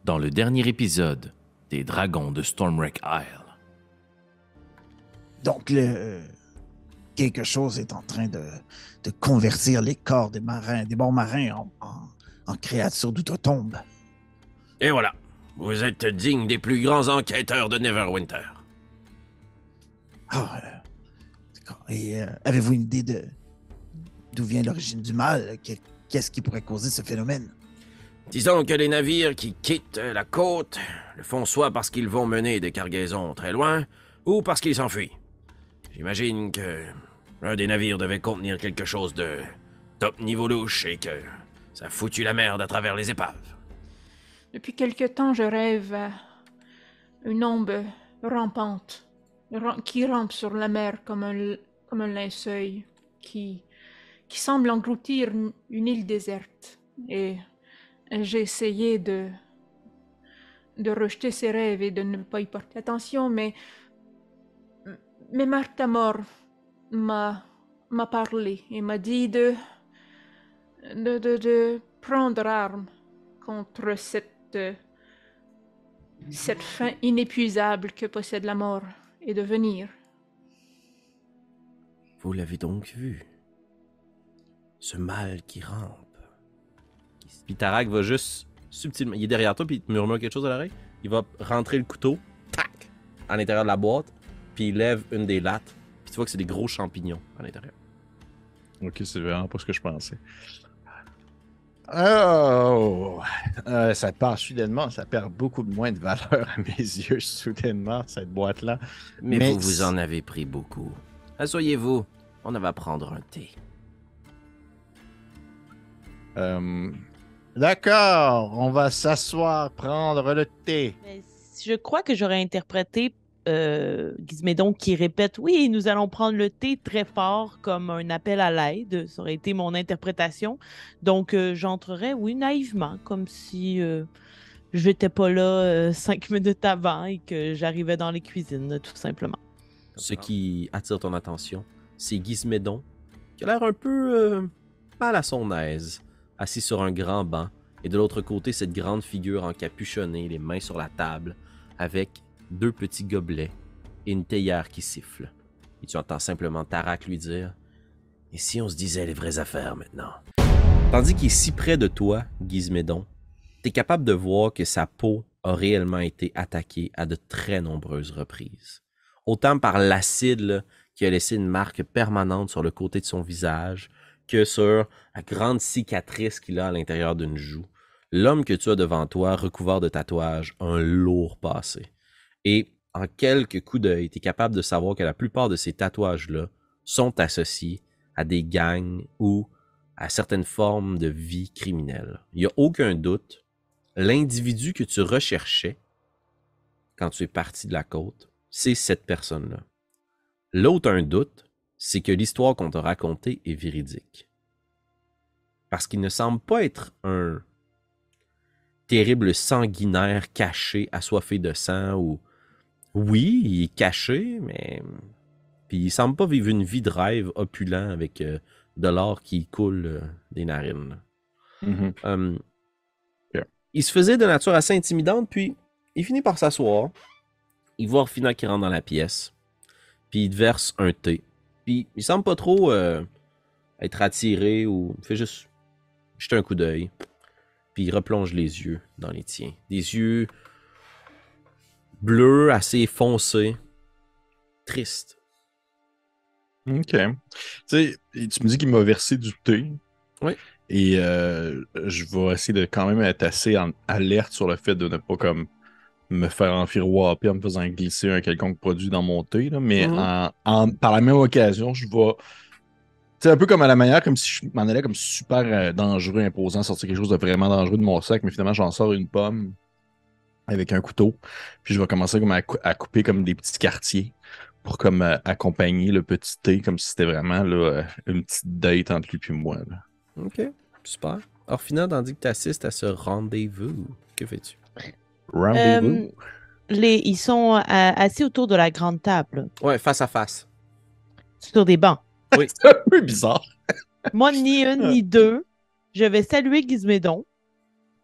dans le dernier épisode des Dragons de Stormwreck Isle. Donc, quelque chose est en train de convertir les corps des marins, des bons marins en créatures d'outre-tombe. Et voilà, vous êtes digne des plus grands enquêteurs de Neverwinter. Ah, d'accord. Et avez-vous une idée d'où vient l'origine du mal? Qu'est-ce qui pourrait causer ce phénomène? Disons que les navires qui quittent la côte le font soit parce qu'ils vont mener des cargaisons très loin, ou parce qu'ils s'enfuient. J'imagine que un des navires devait contenir quelque chose de top niveau louche et que ça a foutu la merde à travers les épaves. Depuis quelque temps, je rêve à une ombre rampante qui rampe sur la mer comme un linceul qui semble engloutir une île déserte. Et j'ai essayé de rejeter ces rêves et de ne pas y porter attention, mais Martha-Mort m'a parlé et m'a dit de prendre arme contre cette fin inépuisable que possède la mort et de venir. Vous l'avez donc vu? Ce mal qui rampe. Puis Tarak va juste subtilement... Il est derrière toi, puis il te murmure quelque chose à l'oreille. Il va rentrer le couteau, tac, à l'intérieur de la boîte, puis il lève une des lattes, puis tu vois que c'est des gros champignons à l'intérieur. Ok, c'est vraiment pas ce que je pensais. Oh! Ça part soudainement, ça perd beaucoup moins de valeur à mes yeux, soudainement, cette boîte-là. Mais vous en avez pris beaucoup. Asseyez-vous, on va prendre un thé. D'accord, on va s'asseoir, prendre le thé. Mais je crois que j'aurais interprété Gizmédon qui répète « Oui, nous allons prendre le thé » très fort comme un appel à l'aide. Ça aurait été mon interprétation. Donc, j'entrerais, oui, naïvement, comme si je n'étais pas là 5 minutes avant et que j'arrivais dans les cuisines, tout simplement. Ce qui attire ton attention, c'est Gizmédon, qui a l'air un peu mal à son aise, assis sur un grand banc, et de l'autre côté, cette grande figure encapuchonnée, les mains sur la table, avec 2 petits gobelets et une théière qui siffle. Et tu entends simplement Tarak lui dire « Et si on se disait les vraies affaires maintenant? » Tandis qu'il est si près de toi, Gizmédon, t'es capable de voir que sa peau a réellement été attaquée à de très nombreuses reprises. Autant par l'acide là, qui a laissé une marque permanente sur le côté de son visage, que sur la grande cicatrice qu'il a à l'intérieur d'une joue. L'homme que tu as devant toi, recouvert de tatouages, a un lourd passé. Et en quelques coups d'œil, tu es capable de savoir que la plupart de ces tatouages-là sont associés à des gangs ou à certaines formes de vie criminelle. Il n'y a aucun doute, l'individu que tu recherchais quand tu es parti de la côte, c'est cette personne-là. Là où tu as un doute, c'est que l'histoire qu'on t'a racontée est véridique. Parce qu'il ne semble pas être un terrible sanguinaire caché, assoiffé de sang, ou... Oui, il est caché, mais... Puis il semble pas vivre une vie de rêve opulent avec de l'or qui coule des narines. Mm-hmm. Yeah. Il se faisait de nature assez intimidante, puis il finit par s'asseoir. Il voit Orphina qui rentre dans la pièce, puis il te verse un thé. Puis il semble pas trop être attiré, ou il fait juste jeter un coup d'œil. Puis il replonge les yeux dans les tiens. Des yeux bleus, assez foncés, tristes. OK. Tu sais, tu me dis qu'il m'a versé du thé. Oui. Et je vais essayer de quand même être assez alerte sur le fait de ne pas comme me faire enfiroiper en me faisant glisser un quelconque produit dans mon thé. Là. Mais par la même occasion, je vais... C'est un peu comme à la manière, comme si je m'en allais comme super dangereux, imposant, sortir quelque chose de vraiment dangereux de mon sac, mais finalement, j'en sors une pomme avec un couteau. Puis je vais commencer comme à couper comme des petits quartiers pour comme accompagner le petit thé, comme si c'était vraiment là, une petite date entre lui et moi. Là. OK, super. Orphina, tandis que tu assistes à ce rendez-vous, que fais-tu? Rendez-vous? Ils sont assis autour de la grande table. Ouais, face à face. Sur des bancs. Oui. C'est un peu bizarre. Moi, ni une, ni deux. Je vais saluer Gizmédon.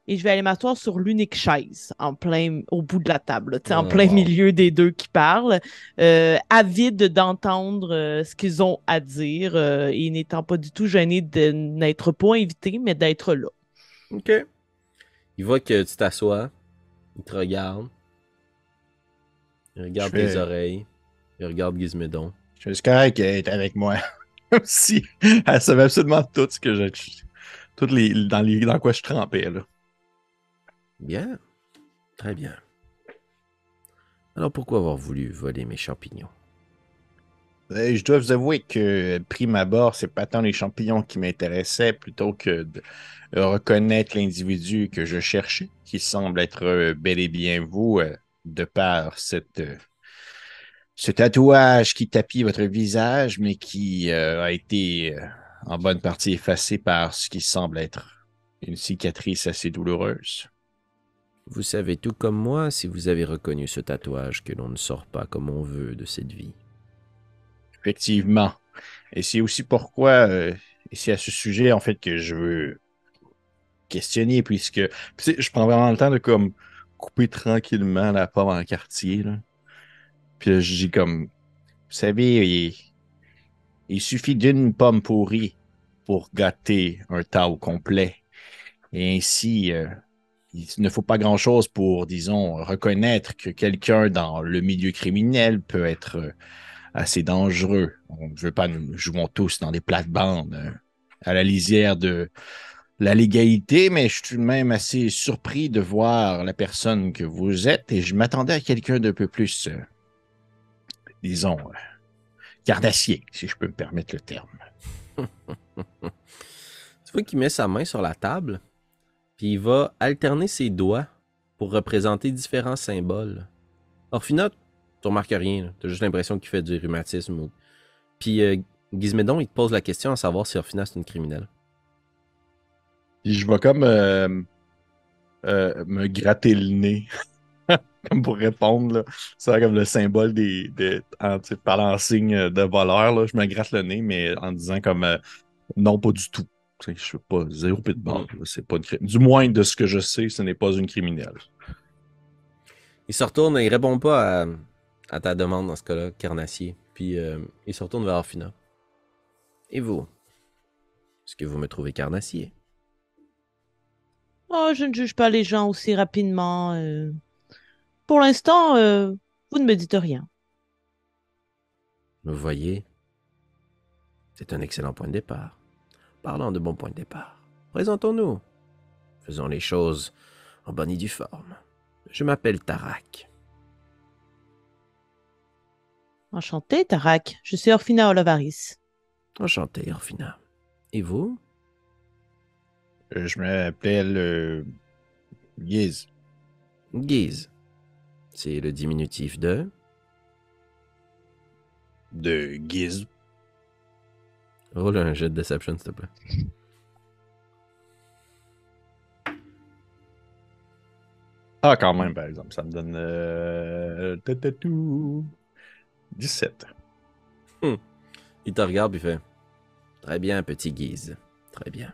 et je vais aller m'asseoir sur l'unique chaise au bout de la table, là, en Oh, plein wow. milieu des deux qui parlent, avide d'entendre ce qu'ils ont à dire et n'étant pas du tout gêné de n'être pas invité, mais d'être là. Ok. Il voit que tu t'assois. Il te regarde. Il regarde Je fais- tes oreilles. Il regarde Gizmédon. Je suis correct qu'elle est avec moi. Comme si elle savait absolument tout ce que dans quoi je trempais, là. Bien. Très bien. Alors pourquoi avoir voulu voler mes champignons? Je dois vous avouer que, prime abord, c'est pas tant les champignons qui m'intéressaient plutôt que de reconnaître l'individu que je cherchais, qui semble être bel et bien vous, de par ce tatouage qui tapit votre visage, mais qui a été en bonne partie effacé par ce qui semble être une cicatrice assez douloureuse. Vous savez tout comme moi si vous avez reconnu ce tatouage que l'on ne sort pas comme on veut de cette vie. Effectivement. Et c'est aussi pourquoi, et c'est à ce sujet, en fait, que je veux questionner, puisque tu sais, je prends vraiment le temps de comme couper tranquillement la pomme en quartier, là. Puis là, je dis comme, vous savez, il suffit d'une pomme pourrie pour gâter un Tao complet. Et ainsi, il ne faut pas grand-chose pour, disons, reconnaître que quelqu'un dans le milieu criminel peut être assez dangereux. On ne veut pas nous jouons tous dans des plates-bandes à la lisière de la légalité, mais je suis tout de même assez surpris de voir la personne que vous êtes et je m'attendais à quelqu'un d'un peu plus, disons, carnassier, si je peux me permettre le terme. Tu vois qu'il met sa main sur la table, puis il va alterner ses doigts pour représenter différents symboles. Orphina, tu remarques rien, tu as juste l'impression qu'il fait du rhumatisme. Puis Gizmédon, il te pose la question à savoir si Orphina c'est une criminelle. Puis je vais comme me gratter le nez, comme pour répondre, là. C'est comme le symbole parlant en signe de voleur, là. Je me gratte le nez, mais en disant comme non, pas du tout. Tu sais, je suis pas zéro pit de balle, là. C'est pas du moins de ce que je sais, ce n'est pas une criminelle. Il se retourne et il répond pas à ta demande dans ce cas-là, carnassier. Puis il se retourne vers Orphina. Et vous? Est-ce que vous me trouvez carnassier? Oh, je ne juge pas les gens aussi rapidement. Pour l'instant, vous ne me dites rien. Vous voyez, c'est un excellent point de départ. Parlons de bons points de départ. Présentons-nous. Faisons les choses en bonne et due forme. Je m'appelle Tarak. Enchanté, Tarak. Je suis Orphina Olavaris. Enchanté, Orphina. Et vous? Je m'appelle Giz. Giz. C'est le diminutif de... De Giz. Roule un jet de Deception, s'il te plaît. Ah, quand même, par exemple, ça me donne 17. Il te regarde et fait très bien, petit Giz. Très bien.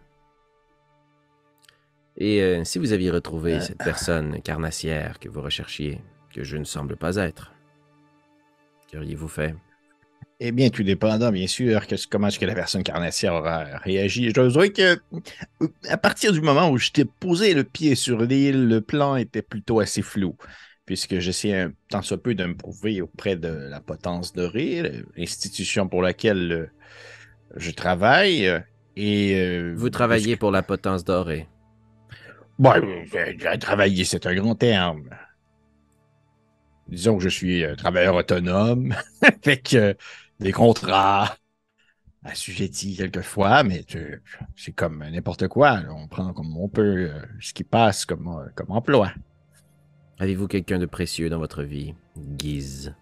Et si vous aviez retrouvé cette personne carnassière que vous recherchiez, que je ne semble pas être, qu'auriez-vous fait? Eh bien, tout dépendant, bien sûr, comment est-ce que la personne carnassière aura réagi. Je dois vous dire que, à partir du moment où je t'ai posé le pied sur l'île, le plan était plutôt assez flou, puisque j'essayais tant soit peu de me prouver auprès de la Potence Dorée, l'institution pour laquelle je travaille. Vous travaillez pour la Potence Dorée. Bon, travailler, c'est un grand terme. Disons que je suis travailleur autonome, avec des contrats assujettis quelquefois, mais c'est comme n'importe quoi. Là. On prend comme on peut ce qui passe comme emploi. Avez-vous quelqu'un de précieux dans votre vie, Giz?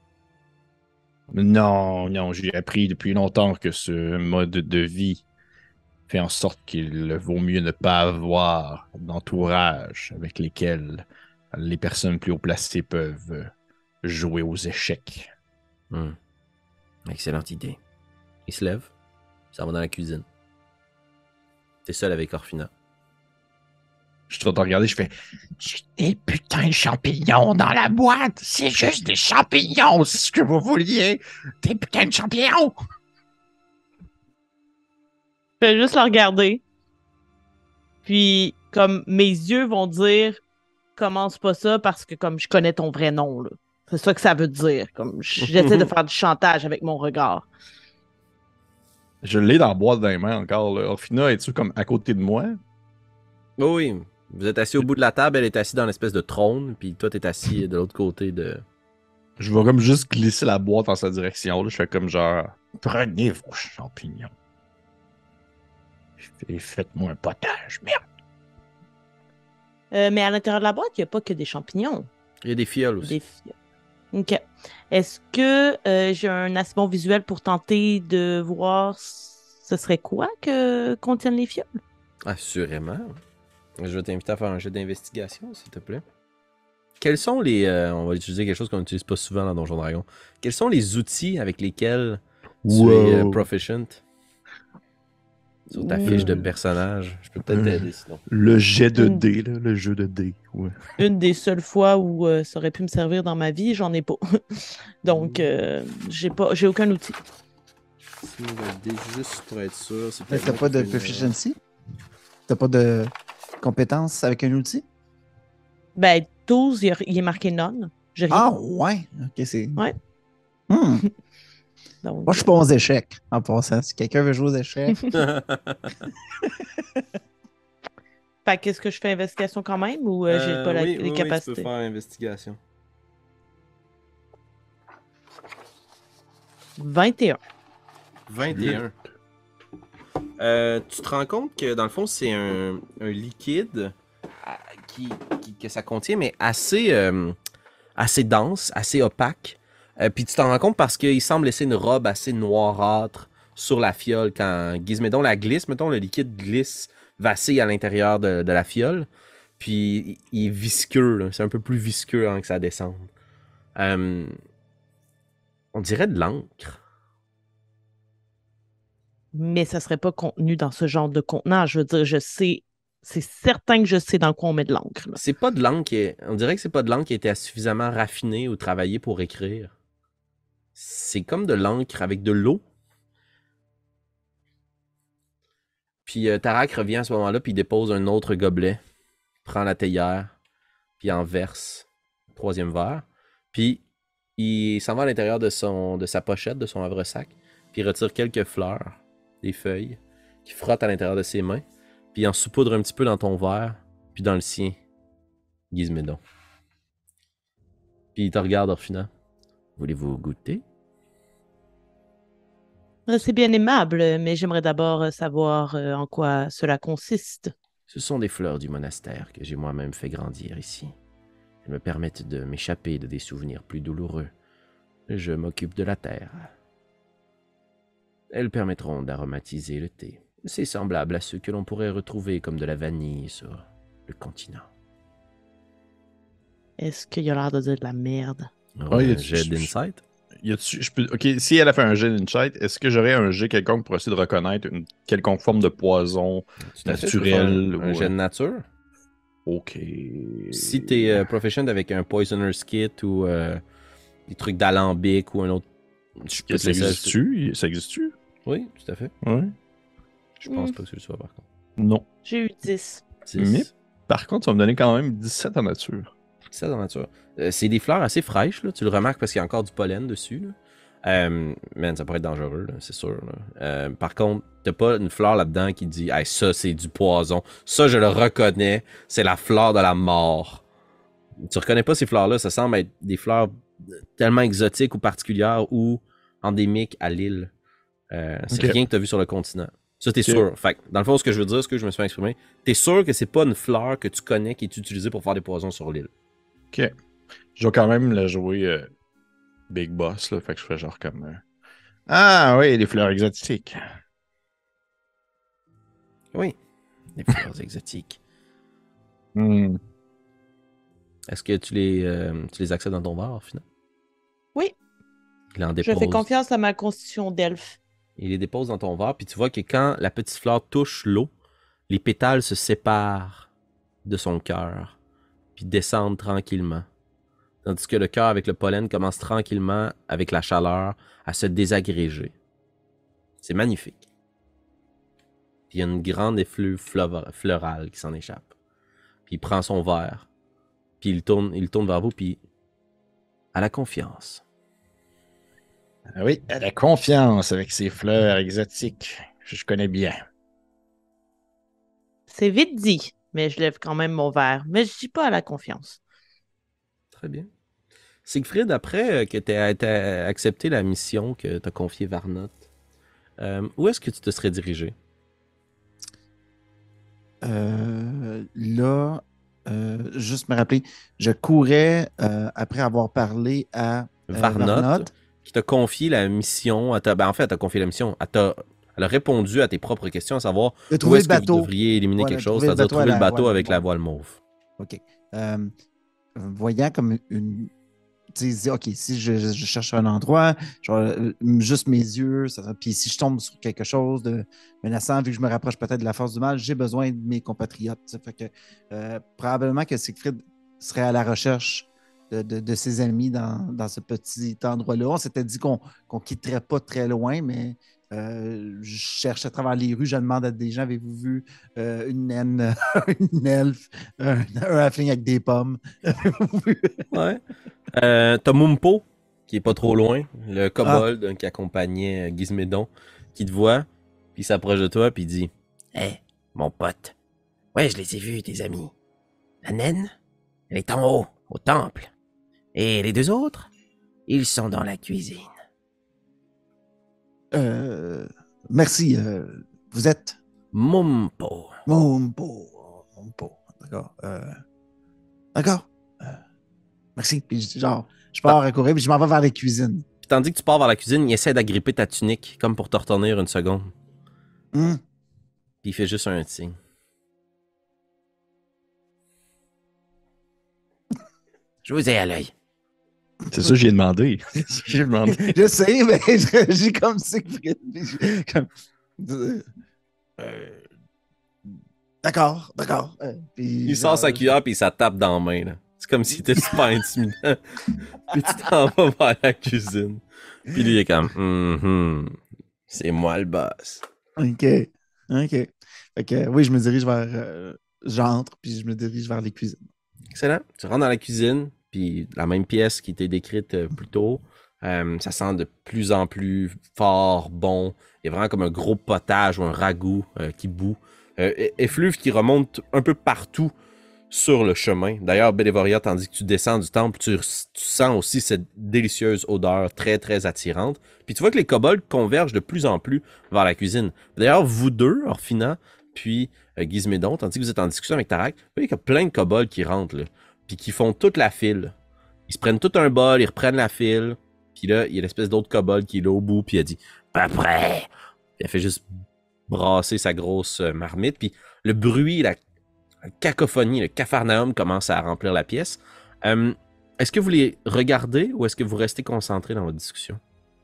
Non, j'ai appris depuis longtemps que ce mode de vie fait en sorte qu'il vaut mieux ne pas avoir d'entourage avec lesquels les personnes plus haut placées peuvent jouer aux échecs. Excellente idée. Il se lève, ça va dans la cuisine. T'es seul avec Orphina. Je suis en train de regarder, je fais J'ai des putains de champignons dans la boîte. C'est juste des champignons, c'est ce que vous vouliez. Des putains de champignons. Je vais juste le regarder. Puis, comme mes yeux vont dire, commence pas ça parce que comme je connais ton vrai nom, là. C'est ça que ça veut dire. Comme j'essaie de faire du chantage avec mon regard. je l'ai dans la boîte dans les mains encore. Là. Orphina, es-tu comme à côté de moi? Oh oui, vous êtes assis au bout de la table, elle est assise dans l'espèce de trône, puis toi, t'es assis de l'autre côté de... Je vais comme juste glisser la boîte en sa direction. Là. Je fais comme genre. Prenez vos champignons. Et faites-moi un potage, merde. Mais à l'intérieur de la boîte, il n'y a pas que des champignons. Il y a des fioles aussi. Des fioles. OK. Est-ce que j'ai un assez bon visuel pour tenter de voir ce serait quoi que contiennent les fioles? Assurément. Je vais t'inviter à faire un jeu d'investigation, s'il te plaît. Quels sont les... on va utiliser quelque chose qu'on n'utilise pas souvent dans Donjon Dragon. Quels sont les outils avec lesquels tu es proficient? Sur ta fiche de personnage. Je peux peut-être t'aider sinon. Le jet de dés, là, le jeu de dés. Ouais. Une des seules fois où ça aurait pu me servir dans ma vie, j'en ai pas. Donc, j'ai aucun outil. Juste pour être sûr. Mais t'as pas de proficiency? T'as pas de compétence avec un outil? Ben, 12, il est marqué non. J'ai rien. Ah ouais! Ok, c'est... Ouais. Donc, Moi, je suis pas aux échecs, en passant. Si quelqu'un veut jouer aux échecs... Fait qu'est-ce que je fais investigation quand même ou j'ai pas les oui, capacités? tu peux faire investigation. 21. 21. Tu te rends compte que dans le fond, c'est un liquide que ça contient, mais assez dense, assez opaque. Puis tu t'en rends compte parce qu'il semble laisser une robe assez noirâtre sur la fiole quand Gizmédon la glisse. Mettons, le liquide glisse, vacille à l'intérieur de la fiole. Puis il est visqueux, là. C'est un peu plus visqueux avant que ça descende. On dirait de l'encre. Mais ça serait pas contenu dans ce genre de contenant. Je veux dire, je sais, c'est certain que je sais dans quoi on met de l'encre. Là. C'est pas de l'encre on dirait que c'est pas de l'encre qui a été suffisamment raffinée ou travaillée pour écrire. C'est comme de l'encre avec de l'eau. Puis Tarak revient à ce moment-là, puis il dépose un autre gobelet, prend la théière, puis en verse le troisième verre. Puis il s'en va à l'intérieur de sa pochette, de son havre-sac, puis il retire quelques fleurs, des feuilles, qu'il frotte à l'intérieur de ses mains, puis il en saupoudre un petit peu dans ton verre, puis dans le sien, Gizmédon. Puis il te regarde, Orphina. Voulez-vous goûter? C'est bien aimable, mais j'aimerais d'abord savoir en quoi cela consiste. Ce sont des fleurs du monastère que j'ai moi-même fait grandir ici. Elles me permettent de m'échapper de des souvenirs plus douloureux. Je m'occupe de la terre. Elles permettront d'aromatiser le thé. C'est semblable à ceux que l'on pourrait retrouver comme de la vanille sur le continent. Est-ce qu'il a l'air de dire de la merde? Un jet d'insight? Ok, si elle a fait un jet d'insight, est-ce que j'aurais un jet quelconque pour essayer de reconnaître une quelconque forme de poison naturel? Un jet de nature? Ok. Si t'es proficient avec un Poisoner's Kit ou des trucs d'alambic ou un autre... Ça existe-tu? Ça existe-tu? Oui, tout à fait. Ouais. Je pense pas que ce soit par contre. Non. J'ai eu 10. 10. Mais par contre, ça va me donner quand même 17 en nature. 17 en nature. C'est des fleurs assez fraîches, là. Tu le remarques parce qu'il y a encore du pollen dessus. Là. Man, ça pourrait être dangereux, là, c'est sûr. Là. Par contre, t'as pas une fleur là-dedans qui dit hey, ça, c'est du poison. Ça, je le reconnais. C'est la fleur de la mort. Tu reconnais pas ces fleurs-là. Ça semble être des fleurs tellement exotiques ou particulières ou endémiques à l'île. C'est rien que t'as vu sur le continent. Ça, t'es sûr. Fait que, dans le fond, ce que je veux dire, ce que je me suis exprimé, t'es sûr que c'est pas une fleur que tu connais qui est utilisée pour faire des poisons sur l'île. Ok. Je vais quand même la jouer Big Boss, là. Fait que je fais genre comme. Ah oui, les fleurs exotiques. Oui, des fleurs exotiques. Est-ce que tu les acceptes dans ton verre, finalement? Oui. Il en dépose. Je fais confiance à ma constitution d'elfe. Il les dépose dans ton verre, puis tu vois que quand la petite fleur touche l'eau, les pétales se séparent de son cœur, puis descendre tranquillement. Tandis que le cœur avec le pollen commence tranquillement, avec la chaleur, à se désagréger. C'est magnifique. Puis il y a une grande effluve florale qui s'en échappe. Puis il prend son verre, puis il tourne vers vous, puis à la confiance. Ah oui, elle a confiance avec ses fleurs exotiques. Je connais bien. C'est vite dit, mais je lève quand même mon verre. Mais je dis pas à la confiance. Très bien. Siegfried, après que tu aies accepté la mission que t'as confiée Varnot, où est-ce que tu te serais dirigé? Là, juste me rappeler, je courais après avoir parlé à Varnot, qui t'a confié la mission. En fait, elle t'a confié la mission. Elle a répondu à tes propres questions, à savoir où est-ce que vous devriez éliminer quelque chose, c'est-à-dire trouver le bateau avec la voile mauve. OK. Voyant comme une... Tu sais, OK, si je cherche un endroit, genre, juste mes yeux, puis si je tombe sur quelque chose de menaçant, vu que je me rapproche peut-être de la force du mal, j'ai besoin de mes compatriotes. Fait que, probablement que Siegfried serait à la recherche de ses amis dans ce petit endroit-là. On s'était dit qu'on ne quitterait pas très loin, mais je cherche à travers les rues, je demande à des gens, avez-vous vu une naine, une elfe, un halfling avec des pommes? Ouais. T'as Mumpo, qui est pas trop loin, le kobold qui accompagnait Gizmédon, qui te voit, puis s'approche de toi, puis il dit « Hé, mon pote. Ouais, je les ai vus, tes amis. La naine, elle est en haut, au temple. Et les deux autres, ils sont dans la cuisine. » Merci. Vous êtes? Mumpo. Mumpo. D'accord. D'accord. Merci. Puis genre, je pars à courir, puis je m'en vais vers les cuisines. Puis tandis que tu pars vers la cuisine, il essaie d'agripper ta tunique, comme pour te retenir une seconde. Puis il fait juste un signe. Je vous ai à l'œil. C'est ça que j'ai demandé. Je sais, mais j'ai comme Siegfried. D'accord. Il sort sa cuillère puis il ça tape dans la main. Là. C'est comme s'il était super intimidant. Puis tu t'en vas vers la cuisine. Puis lui il est comme c'est moi le boss. OK. Fait que oui, je me dirige vers... j'entre, puis je me dirige vers les cuisines. Excellent. Tu rentres dans la cuisine, puis la même pièce qui t'est décrite plus tôt. Ça sent de plus en plus fort, bon. Il y a vraiment comme un gros potage ou un ragoût qui bout. Effluve qui remonte un peu partout sur le chemin. D'ailleurs, Bélévoria, tandis que tu descends du temple, tu sens aussi cette délicieuse odeur très, très attirante. Puis tu vois que les kobolds convergent de plus en plus vers la cuisine. D'ailleurs, vous deux, Orphina, puis Gizmédon, tandis que vous êtes en discussion avec Tarak, vous voyez qu'il y a plein de kobolds qui rentrent, là, puis qui font toute la file. Ils se prennent tout un bol, ils reprennent la file, puis là, il y a l'espèce d'autre kobold qui est là au bout, puis elle dit « Pas prêt! » Elle fait juste brasser sa grosse marmite, puis le bruit, la cacophonie, le capharnaüm commence à remplir la pièce. Est-ce que vous les regardez ou est-ce que vous restez concentré dans votre discussion?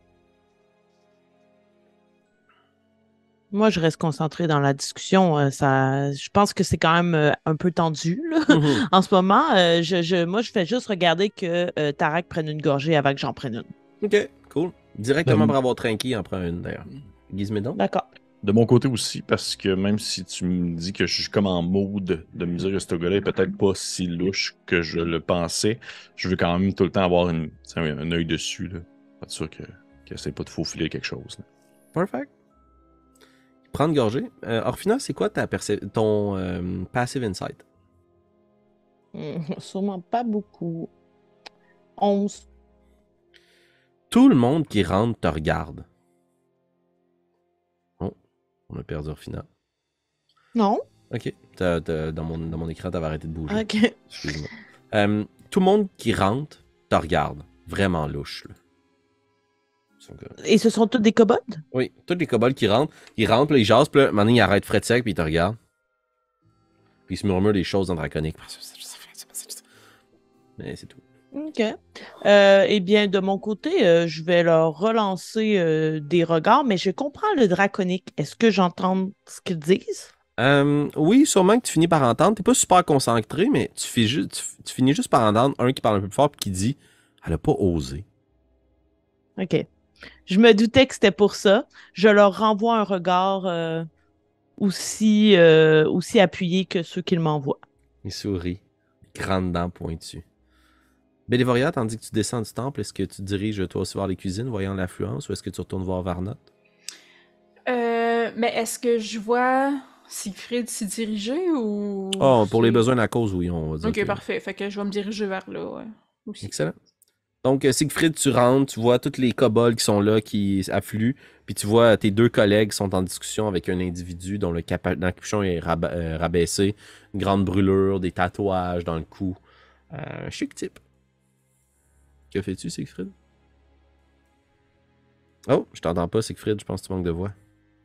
Moi, je reste concentrée dans la discussion. Je pense que c'est quand même un peu tendu là. En ce moment. Moi, je fais juste regarder que Tarak prenne une gorgée avant que j'en prenne une. OK, cool. Directement Bravo Trinky en prend une, d'ailleurs. Gizmédon? D'accord. De mon côté aussi, parce que même si tu me dis que je suis comme en mode de me dire que ce gars-là est peut-être pas si louche que je le pensais, je veux quand même tout le temps avoir un œil dessus. Là. Pas être sûr que c'est pas de faufiler quelque chose. Là. Perfect. Prendre gorgée. Orphina, c'est quoi ton Passive Insight? Sûrement pas beaucoup. 11. Tout le monde qui rentre te regarde. Oh, on a perdu Orphina. Non. OK. Dans mon écran, t'avais arrêté de bouger. OK. Excuse-moi. Tout le monde qui rentre te regarde. Vraiment louche. Là. Et ce sont tous des kobolds? Oui, tous les kobolds qui rentrent, puis ils jasent, puis là, maintenant, ils arrêtent fret sec, puis ils te regardent. Puis ils se murmurent des choses en draconique. Mais c'est tout. OK. Eh bien, de mon côté, je vais leur relancer des regards, mais je comprends le draconique. Est-ce que j'entends ce qu'ils disent? Oui, sûrement que tu finis par entendre. T'es pas super concentré, mais tu finis juste par entendre un qui parle un peu plus fort et qui dit elle a pas osé. OK. Je me doutais que c'était pour ça. Je leur renvoie un regard aussi appuyé que ceux qu'ils m'envoient. Il sourit, grandes dents pointues. Bélévoria, tandis que tu descends du temple, est-ce que tu te diriges toi aussi voir les cuisines, voyant l'affluence, ou est-ce que tu retournes voir Varnot? Mais est-ce que je vois Siegfried s'y diriger ou... Oh, pour les c'est- besoins de la cause, oui, on va dire. Ok, que- parfait. Fait que je vais me diriger vers là, ouais. Aussi. Excellent. Donc, Siegfried, tu rentres, tu vois tous les kobolds qui sont là, qui affluent, puis tu vois tes deux collègues sont en discussion avec un individu dont le capuchon est rabaissé, une grande brûlure, des tatouages dans le cou. Un chic type. Que fais-tu, Siegfried? Oh, je t'entends pas, Siegfried, je pense que tu manques de voix.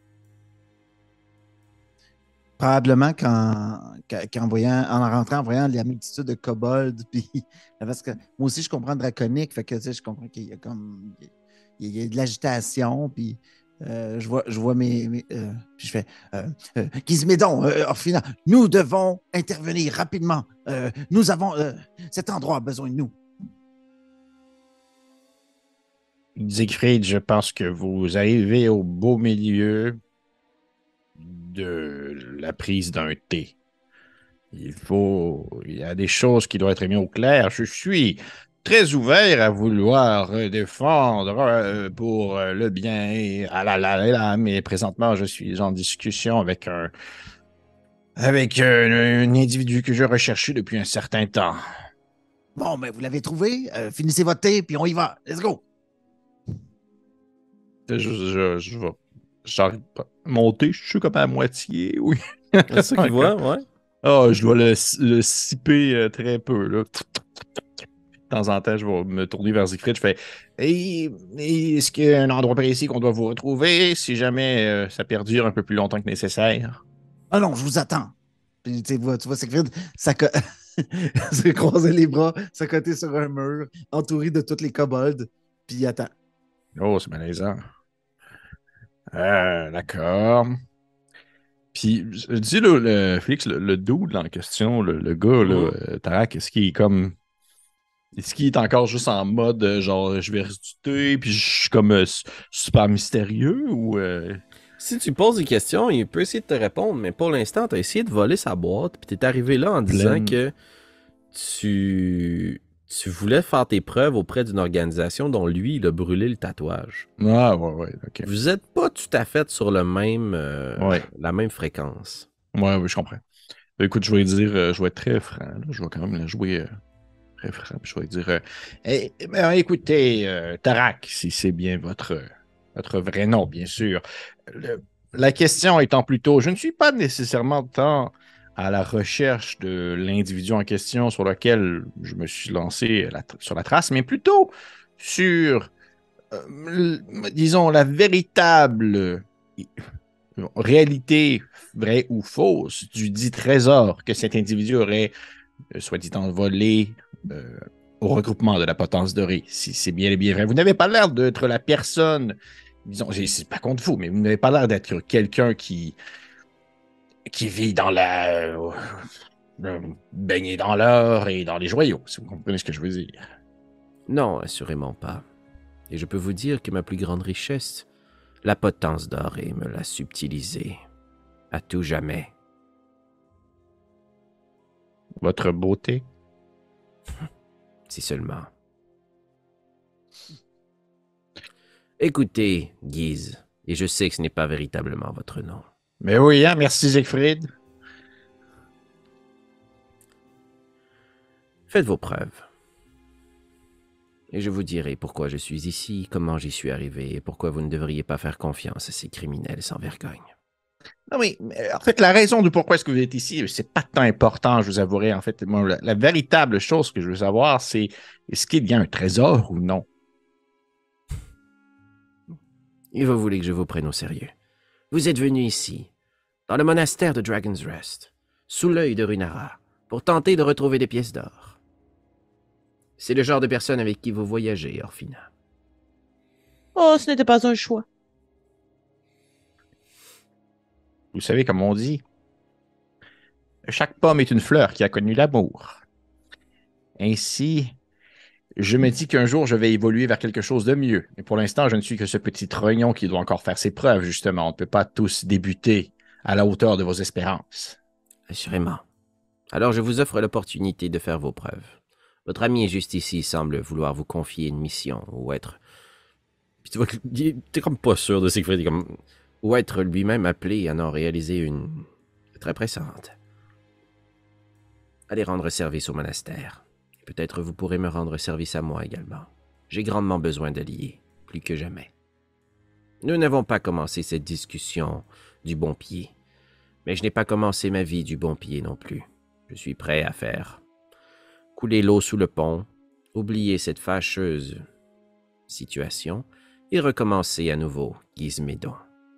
Probablement en rentrant, en voyant la multitude de kobolds, puis parce que moi aussi je comprends draconique, fait que tu sais, je comprends qu'il y a comme il y a de l'agitation, puis je vois puis je fais Gizmédon, Orphina, nous devons intervenir rapidement. Nous avons cet endroit a besoin de nous. Siegfried, je pense que vous arrivez au beau milieu de la prise d'un thé. Il y a des choses qui doivent être mises au clair. Je suis très ouvert à vouloir défendre pour le bien. Mais présentement, je suis en discussion avec un individu que je recherchais depuis un certain temps. Bon, mais vous l'avez trouvé, finissez votre thé, puis on y va. Let's go! Je vais. J'arrive pas. Monter, je suis comme à moitié, oui. C'est ça qu'il voit, ouais. Ah, je dois le siper très peu, là. De temps en temps, je vais me tourner vers Siegfried. Je fais est-ce qu'il y a un endroit précis qu'on doit vous retrouver si jamais ça perdure un peu plus longtemps que nécessaire? Ah non, je vous attends. Puis, tu vois Siegfried, se croiser les bras, s'accoter sur un mur, entouré de tous les kobolds, puis il attend. Oh, c'est malaisant. D'accord. Puis, je dis, là, Félix, le dude en question, le gars, là, Tarak, est-ce qu'il est comme. Est-ce qu'il est encore juste en mode genre je vais restuter puis je suis comme super mystérieux ou Si tu poses des questions, il peut essayer de te répondre, mais pour l'instant, tu as essayé de voler sa boîte, puis tu es arrivé là en disant que tu voulais faire tes preuves auprès d'une organisation dont lui, il a brûlé le tatouage. Ah ouais, ok. Vous n'êtes pas tout à fait sur le même, la même fréquence. Ouais, je comprends. Écoute, je vais dire, je vais être très franc, là. Je vais quand même la jouer très franc. Puis je vais dire écoutez, Tarak, si c'est bien votre vrai nom, bien sûr. La question étant plutôt, je ne suis pas nécessairement tant à la recherche de l'individu en question sur lequel je me suis lancé sur la trace, mais plutôt sur, disons, la véritable réalité, vraie ou fausse, du dit trésor que cet individu aurait, soit dit en volé, au regroupement de la potence dorée, si c'est bien et bien vrai. Vous n'avez pas l'air d'être la personne, disons, c'est pas contre vous, mais vous n'avez pas l'air d'être quelqu'un qui vit dans baigné dans l'or et dans les joyaux, si vous comprenez ce que je veux dire. Non, assurément pas. Et je peux vous dire que ma plus grande richesse, la potence dorée, me l'a subtilisée. À tout jamais. Votre beauté? Si seulement. Écoutez, Guise, et je sais que ce n'est pas véritablement votre nom. Mais oui, hein, merci Siegfried. Faites vos preuves. Et je vous dirai pourquoi je suis ici, comment j'y suis arrivé, et pourquoi vous ne devriez pas faire confiance à ces criminels sans vergogne. Non, mais en fait, la raison de pourquoi est-ce que vous êtes ici, c'est pas tant important, je vous avouerai. En fait, moi, la véritable chose que je veux savoir, c'est est-ce qu'il y a un trésor ou non? Et vous voulez que je vous prenne au sérieux. Vous êtes venu ici, dans le monastère de Dragon's Rest, sous l'œil de Runara, pour tenter de retrouver des pièces d'or. C'est le genre de personne avec qui vous voyagez, Orphina. Oh, ce n'était pas un choix. Vous savez, comme on dit, Chaque pomme est une fleur qui a connu l'amour. Ainsi, je me dis qu'un jour, je vais évoluer vers quelque chose de mieux. Mais pour l'instant, je ne suis que ce petit trognon qui doit encore faire ses preuves, justement. On ne peut pas tous débuter à la hauteur de vos espérances. Assurément. Alors je vous offre l'opportunité de faire vos preuves. Votre ami juste ici semble vouloir vous confier une mission, ou être... Puis tu vois t'es comme pas sûr de Siegfried, il est comme... Ou être lui-même appelé à en réaliser une... très pressante. Allez rendre service au monastère. Peut-être vous pourrez me rendre service à moi également. J'ai grandement besoin d'alliés, plus que jamais. Nous n'avons pas commencé cette discussion du bon pied, mais je n'ai pas commencé ma vie du bon pied non plus. Je suis prêt à faire couler l'eau sous le pont, oublier cette fâcheuse situation et recommencer à nouveau, Gizmédon.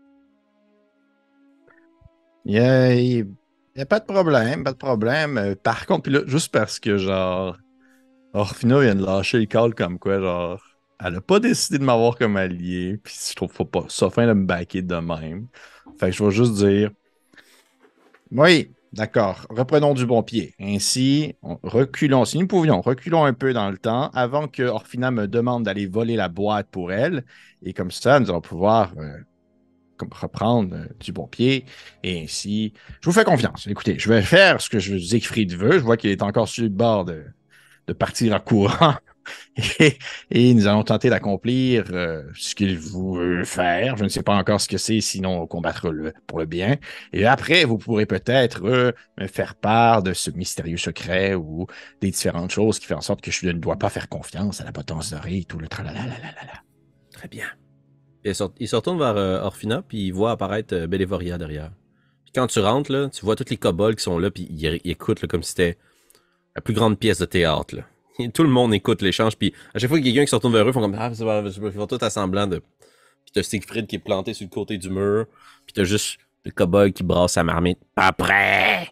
Il y a pas de problème, pas de problème. Par contre, puis là, juste parce que, genre, Orphina vient de lâcher le call comme quoi, genre, elle a pas décidé de m'avoir comme allié, puis je trouve pas ça fin de me backer de même. Fait que je vais juste dire, oui, d'accord, reprenons du bon pied. Ainsi, reculons, si nous pouvions, reculons un peu dans le temps avant que Orphina me demande d'aller voler la boîte pour elle, et comme ça, nous allons pouvoir comme reprendre du bon pied, et ainsi, je vous fais confiance. Écoutez, je vais faire ce que Siegfried veut, je vois qu'il est encore sur le bord de partir en courant. Et nous allons tenter d'accomplir ce qu'il veut faire. Je ne sais pas encore ce que c'est, sinon combattre pour le bien. Et après, vous pourrez peut-être me faire part de ce mystérieux secret ou des différentes choses qui font en sorte que je ne dois pas faire confiance à la potence dorée et tout le tralala. Très bien. Il se retourne vers Orphina, puis il voit apparaître Bélévoria derrière. Puis quand tu rentres, là, tu vois tous les kobolds qui sont là, puis ils écoutent là, comme si c'était la plus grande pièce de théâtre. Là. Tout le monde écoute l'échange, puis à chaque fois qu'il y a quelqu'un qui se retourne vers eux, ils font comme ah, ils font tout assemblant de. Puis t'as Siegfried qui est planté sur le côté du mur, puis t'as juste le kobold qui brasse sa marmite. Pas prêt!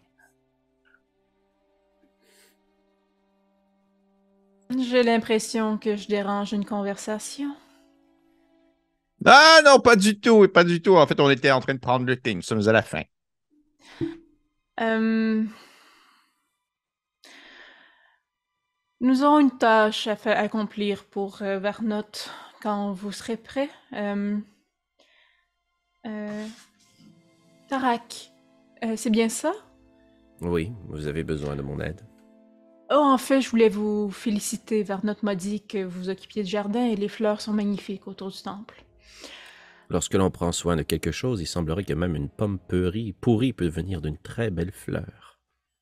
J'ai l'impression que je dérange une conversation. Ah non, pas du tout, pas du tout. En fait, on était en train de prendre le thé. Nous sommes à la fin. Nous aurons une tâche à accomplir pour Varnot quand vous serez prêt. Tarak, c'est bien ça? Oui, vous avez besoin de mon aide. Oh, en fait, je voulais vous féliciter. Varnot m'a dit que vous occupiez du jardin et les fleurs sont magnifiques autour du temple. Lorsque l'on prend soin de quelque chose, il semblerait que même une pomme pourrie peut devenir d'une très belle fleur.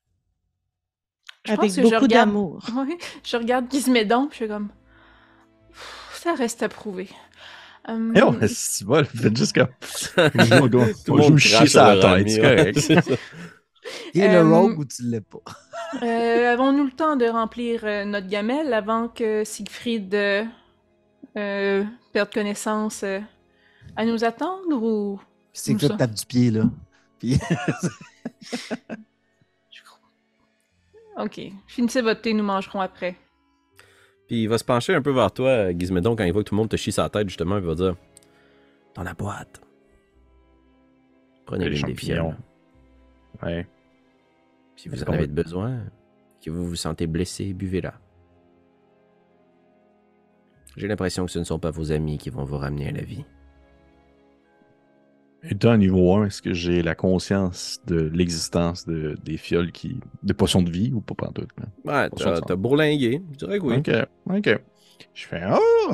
Je Avec pense que beaucoup d'amour. Oui, je regarde Gizmédon, puis je suis comme... Ça reste à prouver. Non, c'est bon, faites juste comme. Tout le monde crache ça à à la tête, c'est correct. Tu es le rogue ou tu l'es pas? Avons-nous le temps de remplir notre gamelle avant que Siegfried perde connaissance à nous attendre ou... C'est que tu tapes du pied, là. Puis... Ok, finissez votre thé, nous mangerons après. Puis il va se pencher un peu vers toi, Gizmédon, quand il voit que tout le monde te chie sa tête, justement, il va dire dans la boîte. Prenez Les l'une des champignons. fioles. Ouais. Si vous en avez besoin, que vous vous sentez blessé, buvez-la. J'ai l'impression que ce ne sont pas vos amis qui vont vous ramener à la vie. Étant niveau 1, est-ce que j'ai la conscience de l'existence des fioles de potions de vie ou pas pantoute? Ouais, Potions de sang. t'as bourlingué, je dirais que oui. Ok. Je fais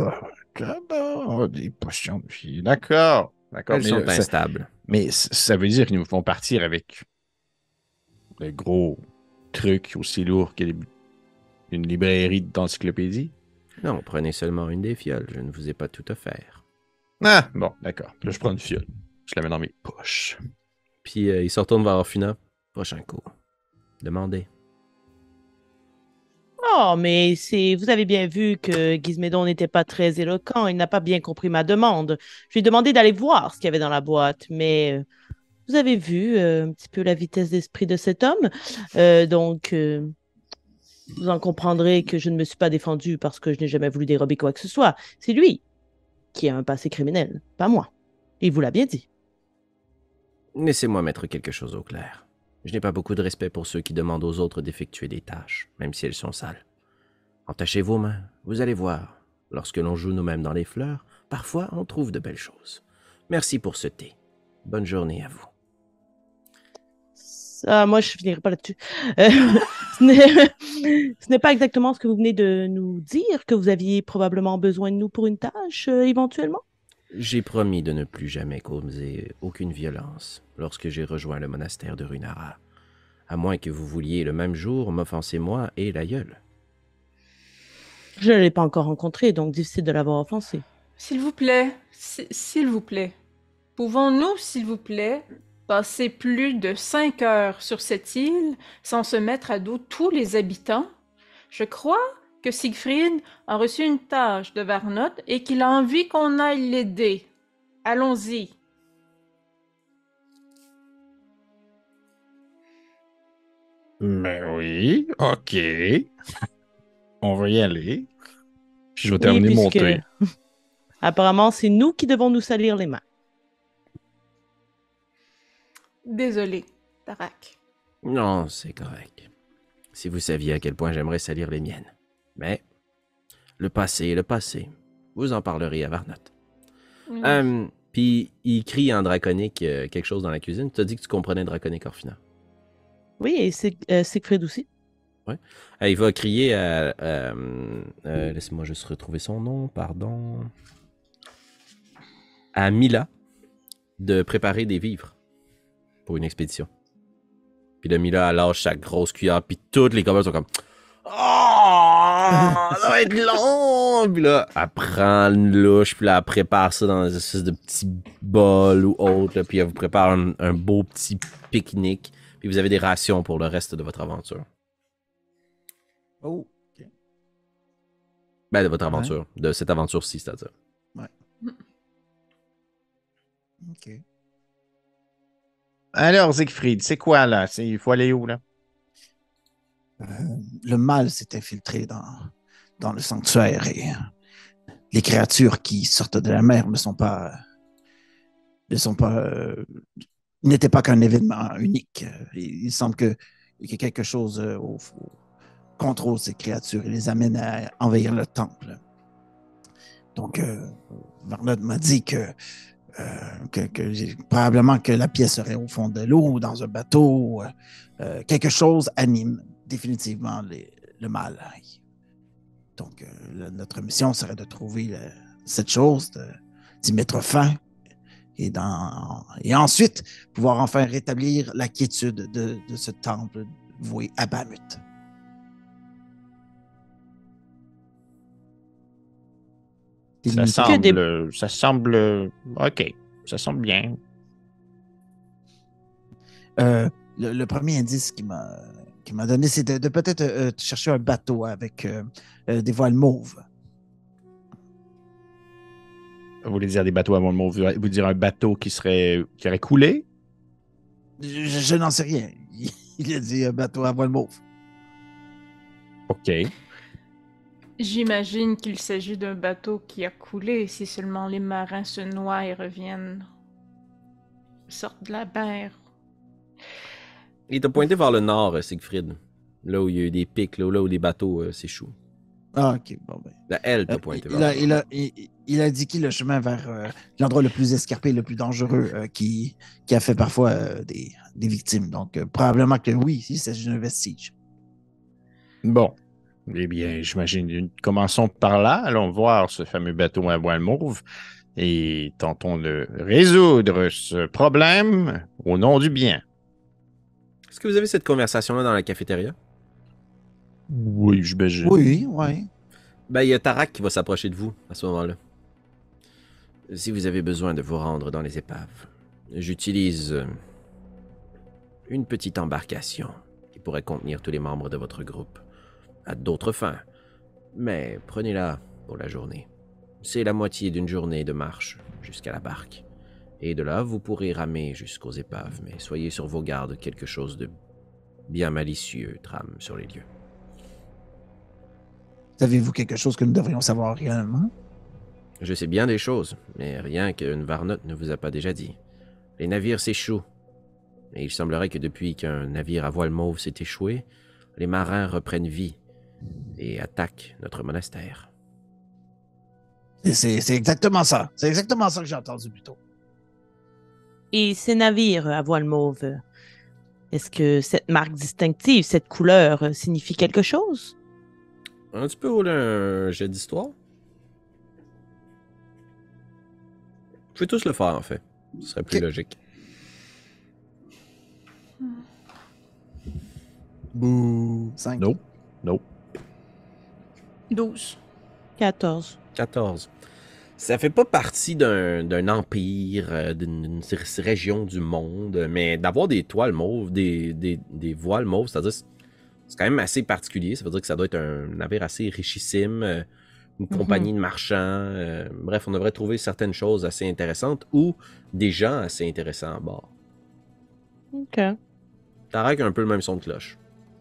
des potions de vie. D'accord. Elles sont instables. Mais ça veut dire qu'ils nous font partir avec le gros truc aussi lourd qu'une librairie d'encyclopédie? Non, prenez seulement une des fioles, je ne vous ai pas tout offert. Ah, bon, d'accord. Là, je prends une fiole. Je la mets dans mes poches. Puis il se retourne vers Orphina. Prochain coup. Demandez. Oh, mais vous avez bien vu que Gizmédon n'était pas très éloquent. Il n'a pas bien compris ma demande. Je lui ai demandé d'aller voir ce qu'il y avait dans la boîte, mais vous avez vu un petit peu la vitesse d'esprit de cet homme. Donc, vous en comprendrez que je ne me suis pas défendu parce que je n'ai jamais voulu dérober quoi que ce soit. C'est lui qui a un passé criminel, pas moi. Il vous l'a bien dit. Laissez-moi mettre quelque chose au clair. Je n'ai pas beaucoup de respect pour ceux qui demandent aux autres d'effectuer des tâches, même si elles sont sales. Entachez vos mains, vous allez voir. Lorsque l'on joue nous-mêmes dans les fleurs, parfois on trouve de belles choses. Merci pour ce thé. Bonne journée à vous. Moi, je finirai pas là-dessus. Ce n'est pas exactement ce que vous venez de nous dire, que vous aviez probablement besoin de nous pour une tâche, éventuellement. J'ai promis de ne plus jamais causer aucune violence lorsque j'ai rejoint le monastère de Runara. À moins que vous vouliez le même jour m'offenser moi et l'aïeul. Je ne l'ai pas encore rencontré, donc difficile de l'avoir offensé. S'il vous plaît, s'il vous plaît, pouvons-nous, s'il vous plaît, passer plus de 5 heures sur cette île sans se mettre à dos tous les habitants? Je crois que Siegfried a reçu une tâche de Varnot et qu'il a envie qu'on aille l'aider. Allons-y. Mais oui, ok. On va y aller. Puis je vais Oui, terminer mon puisque thé. apparemment, c'est nous qui devons nous salir les mains. Désolé, Tarak. Non, c'est correct. Si vous saviez à quel point j'aimerais salir les miennes. Mais le passé est le passé. Vous en parlerez à Varnot. Oui. Puis il crie en draconique quelque chose dans la cuisine. Tu as dit que tu comprenais draconique, Orphina. Oui, et Siegfried aussi. Il va crier à... laissez-moi juste retrouver son nom, pardon. À Mila de préparer des vivres pour une expédition. Puis là, Mila, elle lâche sa grosse cuillère, puis toutes les combats sont comme... Oh, ça va être long! Puis là, elle prend une louche, puis là, elle prépare ça dans une espèce de petit bol ou autre, là, puis elle vous prépare un beau petit pique-nique, puis vous avez des rations pour le reste de votre aventure. Oh, ok. Ben, de votre aventure, de cette aventure-ci, c'est-à-dire. Ok. Alors, Siegfried, c'est quoi là? Il faut aller où là? Le mal s'est infiltré dans le sanctuaire et les créatures qui sortent de la mer n'étaient pas qu'un événement unique. Il semble qu'il y ait quelque chose contrôle ces créatures et les amène à envahir le temple. Donc, Varnot m'a dit que probablement que la pièce serait au fond de l'eau ou dans un bateau. Quelque chose anime définitivement le mal. Donc, notre mission serait de trouver cette chose, d'y mettre fin et ensuite pouvoir enfin rétablir la quiétude de ce temple voué à Bahamut. Ça semble... OK, ça semble bien. Le premier indice qui m'a donné, c'est de peut-être chercher un bateau avec des voiles mauves. Vous voulez dire des bateaux à mon vous dire un bateau qui aurait coulé? Je n'en sais rien. Il a dit un bateau à voile mauve. OK. J'imagine qu'il s'agit d'un bateau qui a coulé si seulement les marins se noient et reviennent. Sortent de la mer. Il t'a pointé vers le nord, Siegfried. Là où il y a eu des pics, là où les bateaux s'échouent. Ah, ok, bon ben. Là, elle t'a pointé vers le nord. Il a indiqué le chemin vers l'endroit le plus escarpé, le plus dangereux, qui a fait parfois des victimes. Donc, probablement que oui, il s'agit d'un vestige. Bon. Eh bien, j'imagine, commençons par là. Allons voir ce fameux bateau à voile mauve et tentons de résoudre ce problème au nom du bien. Est-ce que vous avez cette conversation-là dans la cafétéria? Oui, j'imagine. Oui, oui. Ben, il y a Tarak qui va s'approcher de vous à ce moment-là. Si vous avez besoin de vous rendre dans les épaves, j'utilise une petite embarcation qui pourrait contenir tous les membres de votre groupe. À d'autres fins, mais prenez-la pour la journée. C'est la moitié d'une journée de marche jusqu'à la barque. Et de là, vous pourrez ramer jusqu'aux épaves, mais soyez sur vos gardes, quelque chose de bien malicieux trame sur les lieux. Savez-vous quelque chose que nous devrions savoir réellement? Je sais bien des choses, mais rien qu'une Varnot ne vous a pas déjà dit. Les navires s'échouent. Et il semblerait que depuis qu'un navire à voile mauve s'est échoué, les marins reprennent vie et attaquent notre monastère. C'est exactement ça. C'est exactement ça que j'ai entendu plus tôt. Et ces navires à voile mauve, est-ce que cette marque distinctive, cette couleur, signifie quelque chose? Tu peux rouler un jet d'histoire? Vous pouvez tous le faire, en fait. Ce serait plus logique. Bouh. 5. Nope. Nope. 12. 14. 14. Ça fait pas partie d'un empire, d'une région du monde, mais d'avoir des toiles mauves, des voiles mauves, c'est-à-dire c'est quand même assez particulier. Ça veut dire que ça doit être un navire assez richissime, une compagnie de marchands. Bref, on devrait trouver certaines choses assez intéressantes ou des gens assez intéressants à bord. OK. Tarak a un peu le même son de cloche.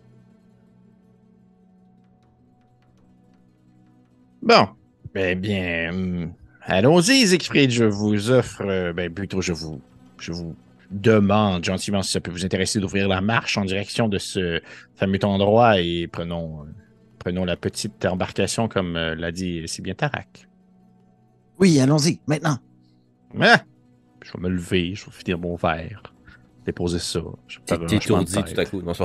Bon. Eh bien, allons-y, Siegfried. Je vous offre, plutôt, je vous demande gentiment si ça peut vous intéresser d'ouvrir la marche en direction de ce fameux endroit et prenons la petite embarcation comme l'a dit si bien Tarak. Oui, allons-y, maintenant. Ah! Je vais me lever, je vais finir mon verre, déposer ça. T'es étourdi tout à coup. Non, c'est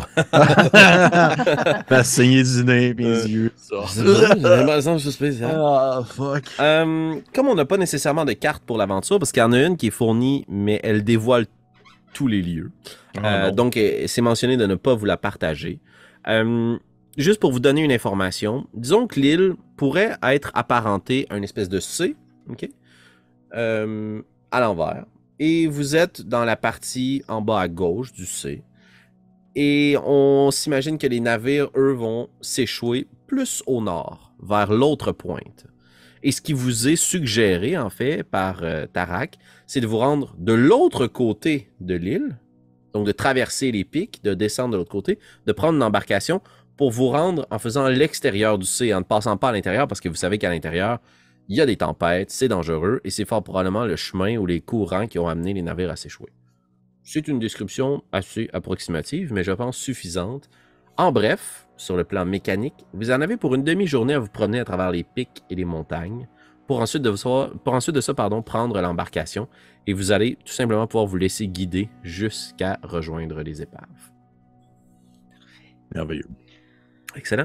pas saigner du nez, mes yeux. J'ai l'impression que je suis spécial. Ah, fuck. Comme on n'a pas nécessairement de carte pour l'aventure, parce qu'il y en a une qui est fournie, mais elle dévoile tous les lieux. Donc, c'est mentionné de ne pas vous la partager. Juste pour vous donner une information, disons que l'île pourrait être apparentée à une espèce de C, ok, à l'envers. Et vous êtes dans la partie en bas à gauche du C. Et on s'imagine que les navires, eux, vont s'échouer plus au nord, vers l'autre pointe. Et ce qui vous est suggéré, en fait, par Tarak, c'est de vous rendre de l'autre côté de l'île, donc de traverser les pics, de descendre de l'autre côté, de prendre une embarcation pour vous rendre en faisant l'extérieur du C, en ne passant pas à l'intérieur, parce que vous savez qu'à l'intérieur, il y a des tempêtes, c'est dangereux, et c'est fort probablement le chemin ou les courants qui ont amené les navires à s'échouer. C'est une description assez approximative, mais je pense suffisante. En bref, sur le plan mécanique, vous en avez pour une demi-journée à vous promener à travers les pics et les montagnes, pour ensuite de ça, prendre l'embarcation, et vous allez tout simplement pouvoir vous laisser guider jusqu'à rejoindre les épaves. Merveilleux. Excellent.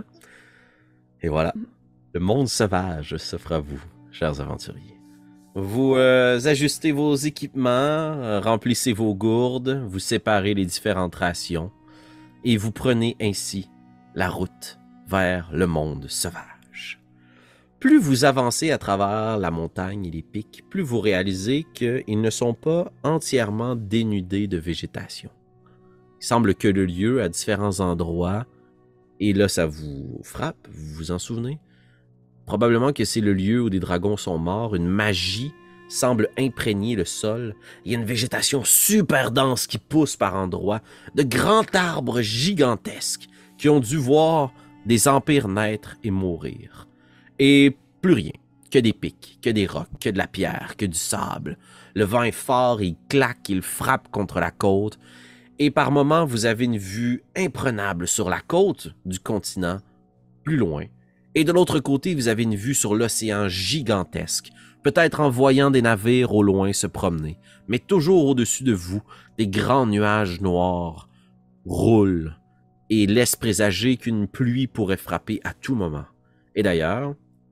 Et voilà, le monde sauvage s'offre à vous, chers aventuriers. Vous ajustez vos équipements, remplissez vos gourdes, vous séparez les différentes rations et vous prenez ainsi la route vers le monde sauvage. Plus vous avancez à travers la montagne et les pics, plus vous réalisez qu'ils ne sont pas entièrement dénudés de végétation. Il semble que le lieu, à différents endroits, et là ça vous frappe, vous vous en souvenez? Probablement que c'est le lieu où des dragons sont morts, une magie semble imprégner le sol. Il y a une végétation super dense qui pousse par endroits, de grands arbres gigantesques qui ont dû voir des empires naître et mourir. Et plus rien, que des pics, que des rocs, que de la pierre, que du sable. Le vent est fort, il claque, il frappe contre la côte. Et par moments, vous avez une vue imprenable sur la côte du continent, plus loin. Et de l'autre côté, vous avez une vue sur l'océan gigantesque, peut-être en voyant des navires au loin se promener, mais toujours au-dessus de vous, des grands nuages noirs roulent et laissent présager qu'une pluie pourrait frapper à tout moment. Et d'ailleurs,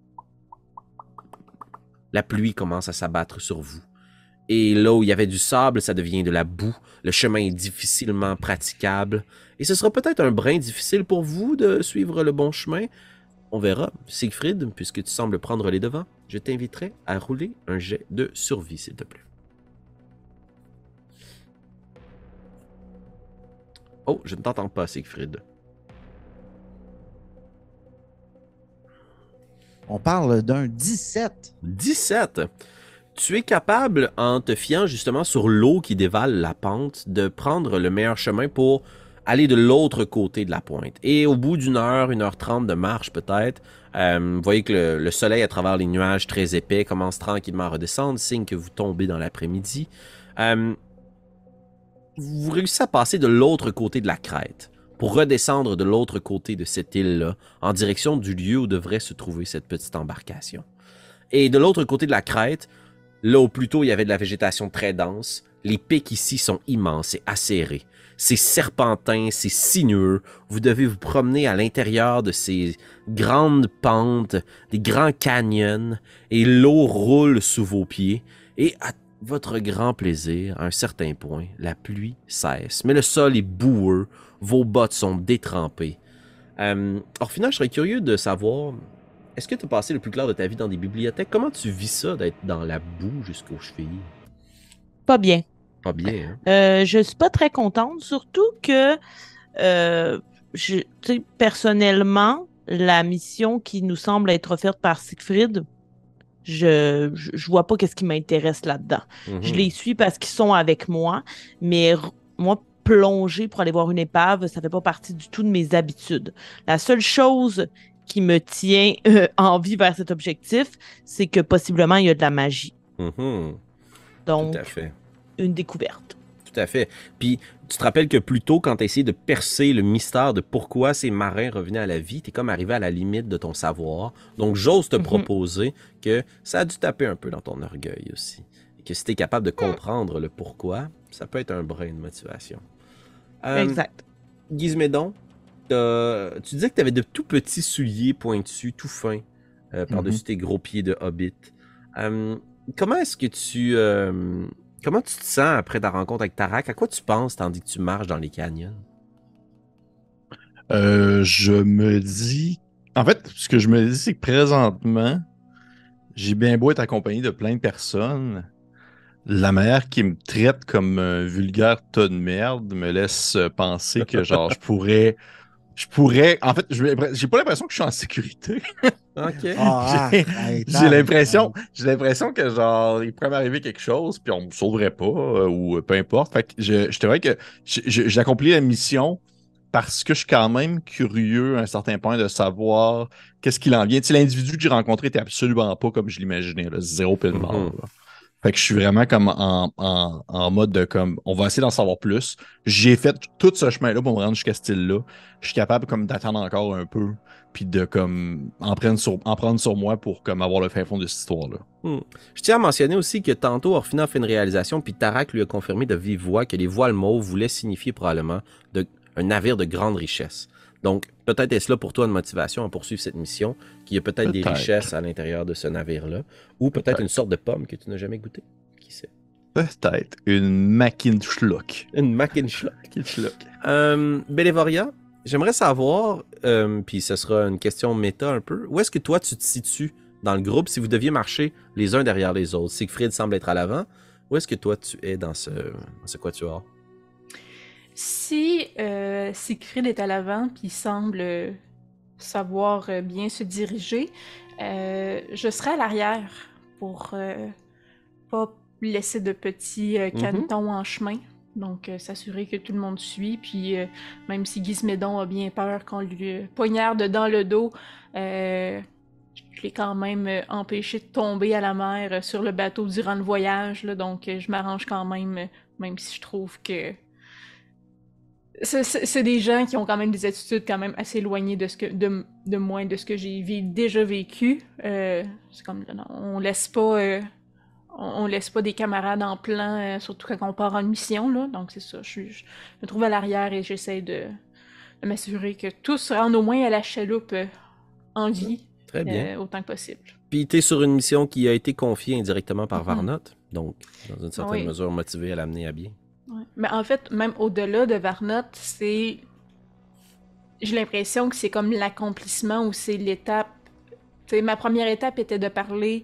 la pluie commence à s'abattre sur vous. Et là où il y avait du sable, ça devient de la boue. Le chemin est difficilement praticable. Et ce sera peut-être un brin difficile pour vous de suivre le bon chemin. On verra. Siegfried, puisque tu sembles prendre les devants, je t'inviterai à rouler un jet de survie, s'il te plaît. Oh, je ne t'entends pas, Siegfried. On parle d'un 17. 17! Tu es capable, en te fiant justement sur l'eau qui dévale la pente, de prendre le meilleur chemin pour aller de l'autre côté de la pointe. Et au bout d'une heure, 1h30 de marche peut-être, vous voyez que le soleil à travers les nuages très épais commence tranquillement à redescendre, signe que vous tombez dans l'après-midi. vous réussissez à passer de l'autre côté de la crête pour redescendre de l'autre côté de cette île-là en direction du lieu où devrait se trouver cette petite embarcation. Et de l'autre côté de la crête, là où plutôt il y avait de la végétation très dense, les pics ici sont immenses et acérés. C'est serpentin, c'est sinueux. Vous devez vous promener à l'intérieur de ces grandes pentes, des grands canyons, et l'eau roule sous vos pieds. Et à votre grand plaisir, à un certain point, la pluie cesse. Mais le sol est boueux, vos bottes sont détrempées. Orphina, je serais curieux de savoir, est-ce que tu as passé le plus clair de ta vie dans des bibliothèques? Comment tu vis ça d'être dans la boue jusqu'aux chevilles? Pas bien. Pas bien, hein? Je suis pas très contente, surtout que tu sais, personnellement, la mission qui nous semble être offerte par Siegfried, je vois pas qu'est-ce qui m'intéresse là-dedans. Je les suis parce qu'ils sont avec moi, mais moi, plonger pour aller voir une épave, ça fait pas partie du tout de mes habitudes. La seule chose qui me tient en vie vers cet objectif, c'est que possiblement il y a de la magie. Donc, tout à fait. Une découverte. Tout à fait. Puis, tu te rappelles que plus tôt, quand tu as essayé de percer le mystère de pourquoi ces marins revenaient à la vie, tu es comme arrivé à la limite de ton savoir. Donc, j'ose te proposer que ça a dû taper un peu dans ton orgueil aussi. Et que si tu es capable de comprendre le pourquoi, ça peut être un brin de motivation. Exact. Gizmédon, tu disais que tu avais de tout petits souliers pointus, tout fins, par-dessus tes gros pieds de hobbit. Comment est-ce que comment tu te sens après ta rencontre avec Tarak? À quoi tu penses tandis que tu marches dans les canyons? Je me dis... En fait, ce que je me dis, c'est que présentement, j'ai bien beau être accompagné de plein de personnes. La manière qui me traite comme un vulgaire tas de merde me laisse penser que, genre, je pourrais... En fait, j'ai pas l'impression que je suis en sécurité. OK. J'ai l'impression que, genre, il pourrait m'arriver quelque chose, puis on me sauverait pas, ou peu importe. Fait que je te vois que j'accomplis la mission parce que je suis quand même curieux à un certain point de savoir qu'est-ce qu'il en vient. Tu sais, l'individu que j'ai rencontré était absolument pas comme je l'imaginais, là, zéro pile mort. Fait que je suis vraiment comme en mode de comme, on va essayer d'en savoir plus. J'ai fait tout ce chemin-là pour me rendre jusqu'à ce île-là. Je suis capable comme d'attendre encore un peu, puis de comme en prendre sur moi pour comme avoir le fin fond de cette histoire-là. Je tiens à mentionner aussi que tantôt, Orphina a fait une réalisation, puis Tarak lui a confirmé de vive voix que les voiles mauves voulaient signifier probablement un navire de grande richesse. Donc, peut-être est-ce là pour toi une motivation à poursuivre cette mission, qu'il y a peut-être des richesses à l'intérieur de ce navire-là, ou peut-être une sorte de pomme que tu n'as jamais goûtée. Qui sait? Peut-être une Mackinschlock. Une Mackinschlock. Bélévoria, j'aimerais savoir, puis ce sera une question méta un peu, où est-ce que toi tu te situes dans le groupe si vous deviez marcher les uns derrière les autres? Siegfried semble être à l'avant. Où est-ce que toi tu es dans ce quatuor? Si Siegfried est à l'avant puis semble savoir bien se diriger, je serai à l'arrière pour pas laisser de petits canetons en chemin. Donc, s'assurer que tout le monde suit. Puis, même si Gizmédon a bien peur qu'on lui poignarde dans le dos, je l'ai quand même empêché de tomber à la mer sur le bateau durant le voyage. Là, donc, je m'arrange quand même si je trouve que c'est des gens qui ont quand même des attitudes quand même assez éloignées de moi, de ce que j'ai déjà vécu. C'est comme, non, on laisse pas des camarades en plan, surtout quand on part en mission, là. Donc c'est ça, je me trouve à l'arrière et j'essaie de m'assurer que tous rendent au moins à la chaloupe en vie. Très bien. Autant que possible. Puis tu es sur une mission qui a été confiée indirectement par Varnot, donc dans une certaine mesure motivée à l'amener à bien. Ouais. Mais en fait, même au-delà de Varnot, j'ai l'impression que c'est comme l'accomplissement ou c'est l'étape. T'sais, ma première étape était de parler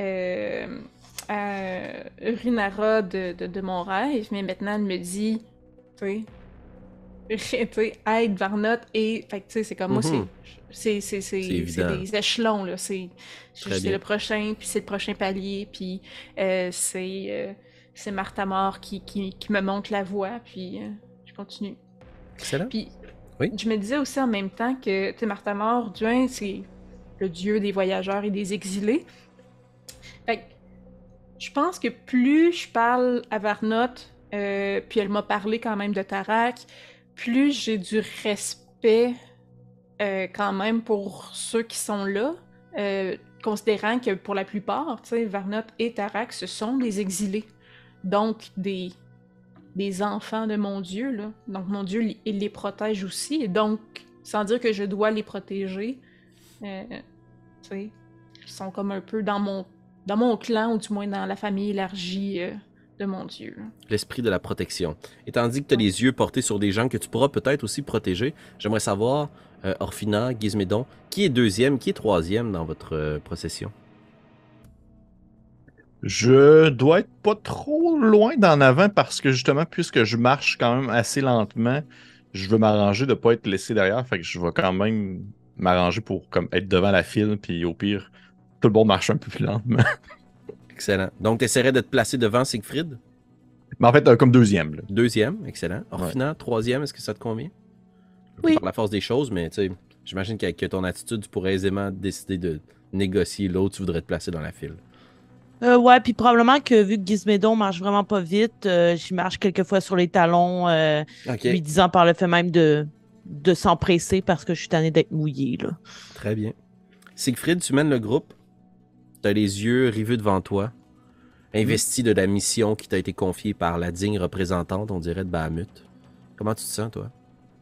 à Runara de mon rêve, mais maintenant elle me dit, tu sais, aide Varnot et, fait que tu sais, c'est comme moi, c'est des échelons là, c'est le prochain, puis c'est le prochain palier, puis c'est Martha-Mort qui me montre la voie, puis je continue. Excellent. Puis je me disais aussi en même temps que, tu sais, Martha-Mort, c'est le dieu des voyageurs et des exilés. Fait que je pense que plus je parle à Varnot, puis elle m'a parlé quand même de Tarak, plus j'ai du respect quand même pour ceux qui sont là, considérant que pour la plupart, tu sais, Varnot et Tarak, ce sont des exilés. Donc, des enfants de mon Dieu, là. Donc, mon Dieu, il les protège aussi. Et donc, sans dire que je dois les protéger, tu sais, ils sont comme un peu dans mon clan, ou du moins dans la famille élargie de mon Dieu. L'esprit de la protection. Et tandis que tu as les yeux portés sur des gens que tu pourras peut-être aussi protéger, j'aimerais savoir, Orphina, Gizmédon, qui est deuxième, qui est troisième dans votre procession? Je dois être pas trop loin d'en avant parce que justement, puisque je marche quand même assez lentement, je veux m'arranger de pas être laissé derrière. Fait que je vais quand même m'arranger pour comme être devant la file, puis au pire, tout le monde marche un peu plus lentement. Excellent. Donc, tu essaierais de te placer devant Siegfried? Mais en fait, comme deuxième. Là. Deuxième, excellent. Orphina, troisième, est-ce que ça te convient? Oui. Par la force des choses, mais tu sais, j'imagine qu'avec ton attitude, tu pourrais aisément décider de négocier l'autre, tu voudrais te placer dans la file. Ouais, puis probablement que vu que Gizmédon marche vraiment pas vite, j'y marche quelquefois sur les talons, lui disant par le fait même de s'empresser parce que je suis tannée d'être mouillée, là. Très bien. Siegfried, tu mènes le groupe. Tu as les yeux rivés devant toi, investi de la mission qui t'a été confiée par la digne représentante, on dirait, de Bahamut. Comment tu te sens, toi?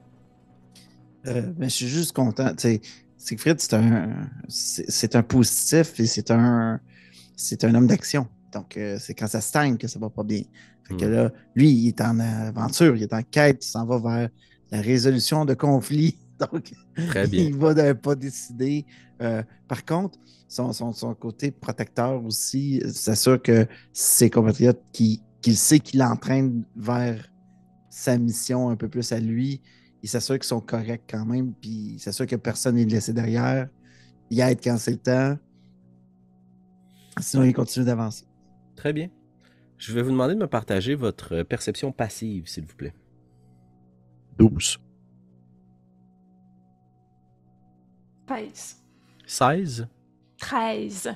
Je suis juste content. T'sais, Siegfried, c'est un positif et c'est un homme d'action. Donc, c'est quand ça stagne que ça va pas bien. Fait que là, lui, il est en aventure, il est en quête, il s'en va vers la résolution de conflits. Donc, très bien. Il va d'un pas décider. Par contre, son côté protecteur aussi s'assure que ses compatriotes qu'il sait qu'il l'entraîne vers sa mission un peu plus à lui, il s'assure qu'ils sont corrects quand même, puis il s'assure que personne n'est laissé derrière. Il aide quand c'est le temps. Sinon, il continue d'avancer. Très bien. Je vais vous demander de me partager votre perception passive, s'il vous plaît. 12. 13. 16. 13.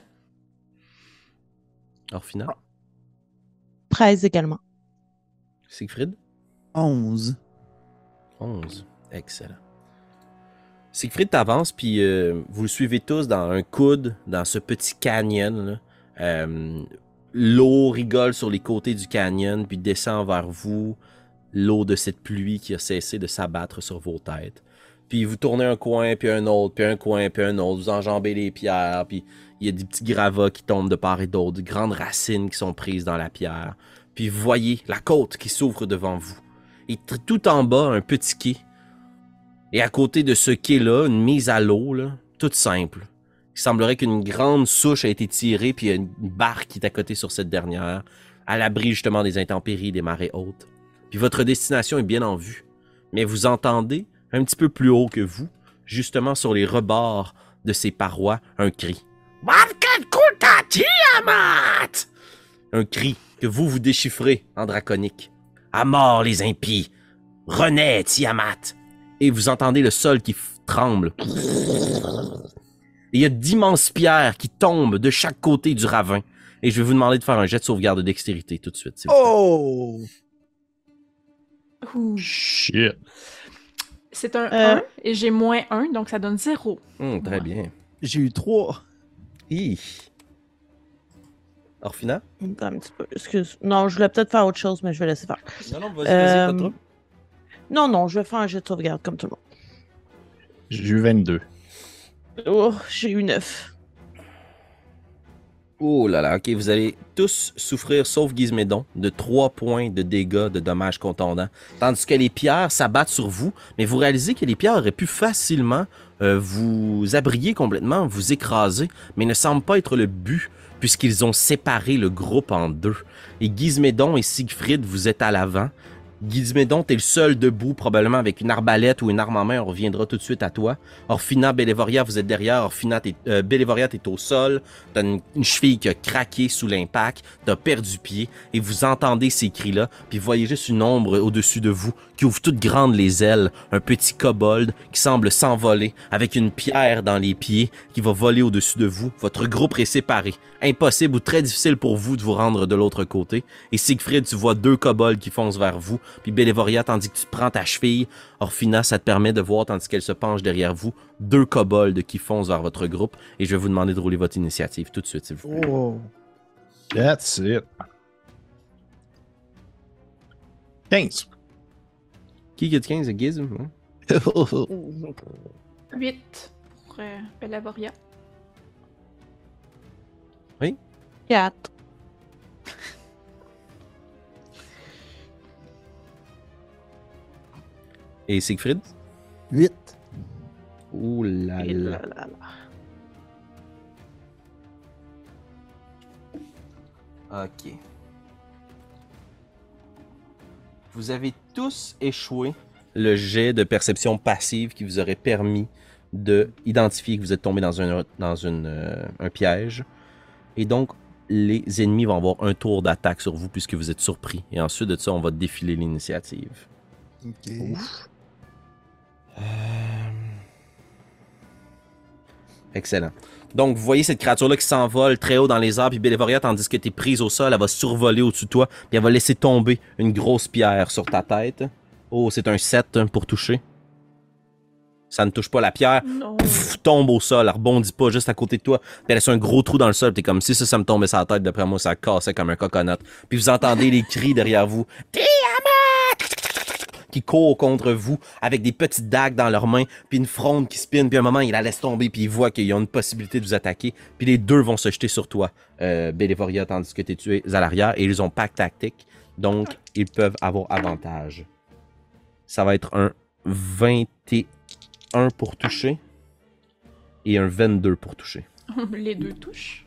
Orphina. 13 également. Siegfried. 11. 11. Excellent. Siegfried t'avance, puis vous le suivez tous dans un coude, dans ce petit canyon. L'eau rigole sur les côtés du canyon, puis descend vers vous. L'eau de cette pluie qui a cessé de s'abattre sur vos têtes. Puis vous tournez un coin, puis un autre, puis un coin, puis un autre. Vous enjambez les pierres, puis il y a des petits gravats qui tombent de part et d'autre, de grandes racines qui sont prises dans la pierre. Puis vous voyez la côte qui s'ouvre devant vous. Et tout en bas, un petit quai. Et à côté de ce quai-là, une mise à l'eau, là, toute simple. Il semblerait qu'une grande souche a été tirée, puis il y a une barque qui est à côté sur cette dernière, à l'abri justement des intempéries, des marées hautes. Puis votre destination est bien en vue. Mais vous entendez, un petit peu plus haut que vous, justement sur les rebords de ces parois, un cri. Un cri que vous déchiffrez en draconique. À mort les impies! Renaît Tiamat! Et vous entendez le sol qui tremble. Et il y a d'immenses pierres qui tombent de chaque côté du ravin. Et je vais vous demander de faire un jet de sauvegarde de dextérité tout de suite. S'il vous plaît. Oh! Shit. C'est un 1 et j'ai moins 1, donc ça donne 0. Très bien. J'ai eu 3. Hi. Orphina? Un petit peu. Excuse. Non, je voulais peut-être faire autre chose, mais je vais laisser faire. Non, vas-y, pas trop. Non, je vais faire un jet de sauvegarde comme tout le monde. J'ai eu 22. Oh, j'ai eu 9. Oh là là, ok, vous allez tous souffrir, sauf Gizmédon, de 3 points de dégâts de dommages contondants. Tandis que les pierres s'abattent sur vous, mais vous réalisez que les pierres auraient pu facilement vous abrier complètement, vous écraser, mais ne semble pas être le but, puisqu'ils ont séparé le groupe en deux. Et Gizmédon et Siegfried, vous êtes à l'avant, Gizmédon, t'es le seul debout, probablement avec une arbalète ou une arme en main. On reviendra tout de suite à toi. Orphina, Bélévoria, vous êtes derrière. Orphina, Bélévoria, t'es au sol. T'as une cheville qui a craqué sous l'impact. T'as perdu pied. Et vous entendez ces cris-là. Puis vous voyez juste une ombre au-dessus de vous qui ouvre toutes grandes les ailes. Un petit kobold qui semble s'envoler avec une pierre dans les pieds qui va voler au-dessus de vous. Votre groupe est séparé. Impossible ou très difficile pour vous de vous rendre de l'autre côté. Et Siegfried, tu vois 2 kobolds qui foncent vers vous. Puis Bélévoria, tandis que tu prends ta cheville, Orphina, ça te permet de voir, tandis qu'elle se penche derrière vous, 2 kobolds qui foncent vers votre groupe. Et je vais vous demander de rouler votre initiative tout de suite, s'il vous plaît. Oh. That's it. 15. Qui a dit 15? Gizm? 8 pour Bélévoria. 4. Et Siegfried? 8. Ouh là Et là. là là là. Ok. Vous avez tous échoué le jet de perception passive qui vous aurait permis de identifier que vous êtes tombé dans un piège. Et donc, les ennemis vont avoir un tour d'attaque sur vous puisque vous êtes surpris. Et ensuite de ça, on va défiler l'initiative. OK. Excellent. Donc, vous voyez cette créature-là qui s'envole très haut dans les airs, puis Bélévoria, tandis que tu es prise au sol, elle va survoler au-dessus de toi, puis elle va laisser tomber une grosse pierre sur ta tête. Oh, c'est un 7 pour toucher. Ça ne touche pas la pierre. Non. Pff, tombe au sol, elle rebondit pas juste à côté de toi. Puis elle laisse un gros trou dans le sol, puis t'es comme si ça me tombait sur la tête, d'après moi, ça cassait comme un coconut. Puis vous entendez les cris derrière vous. Qui courent contre vous avec des petites dagues dans leurs mains, puis une fronde qui spinne, puis à un moment, il la laisse tomber, puis ils voient qu'ils ont une possibilité de vous attaquer, puis les deux vont se jeter sur toi, Bélévoria, tandis que tu es tué à l'arrière, et ils ont pack tactique, donc ils peuvent avoir avantage. Ça va être un 21 pour toucher, et un 22 pour toucher. Les deux touches.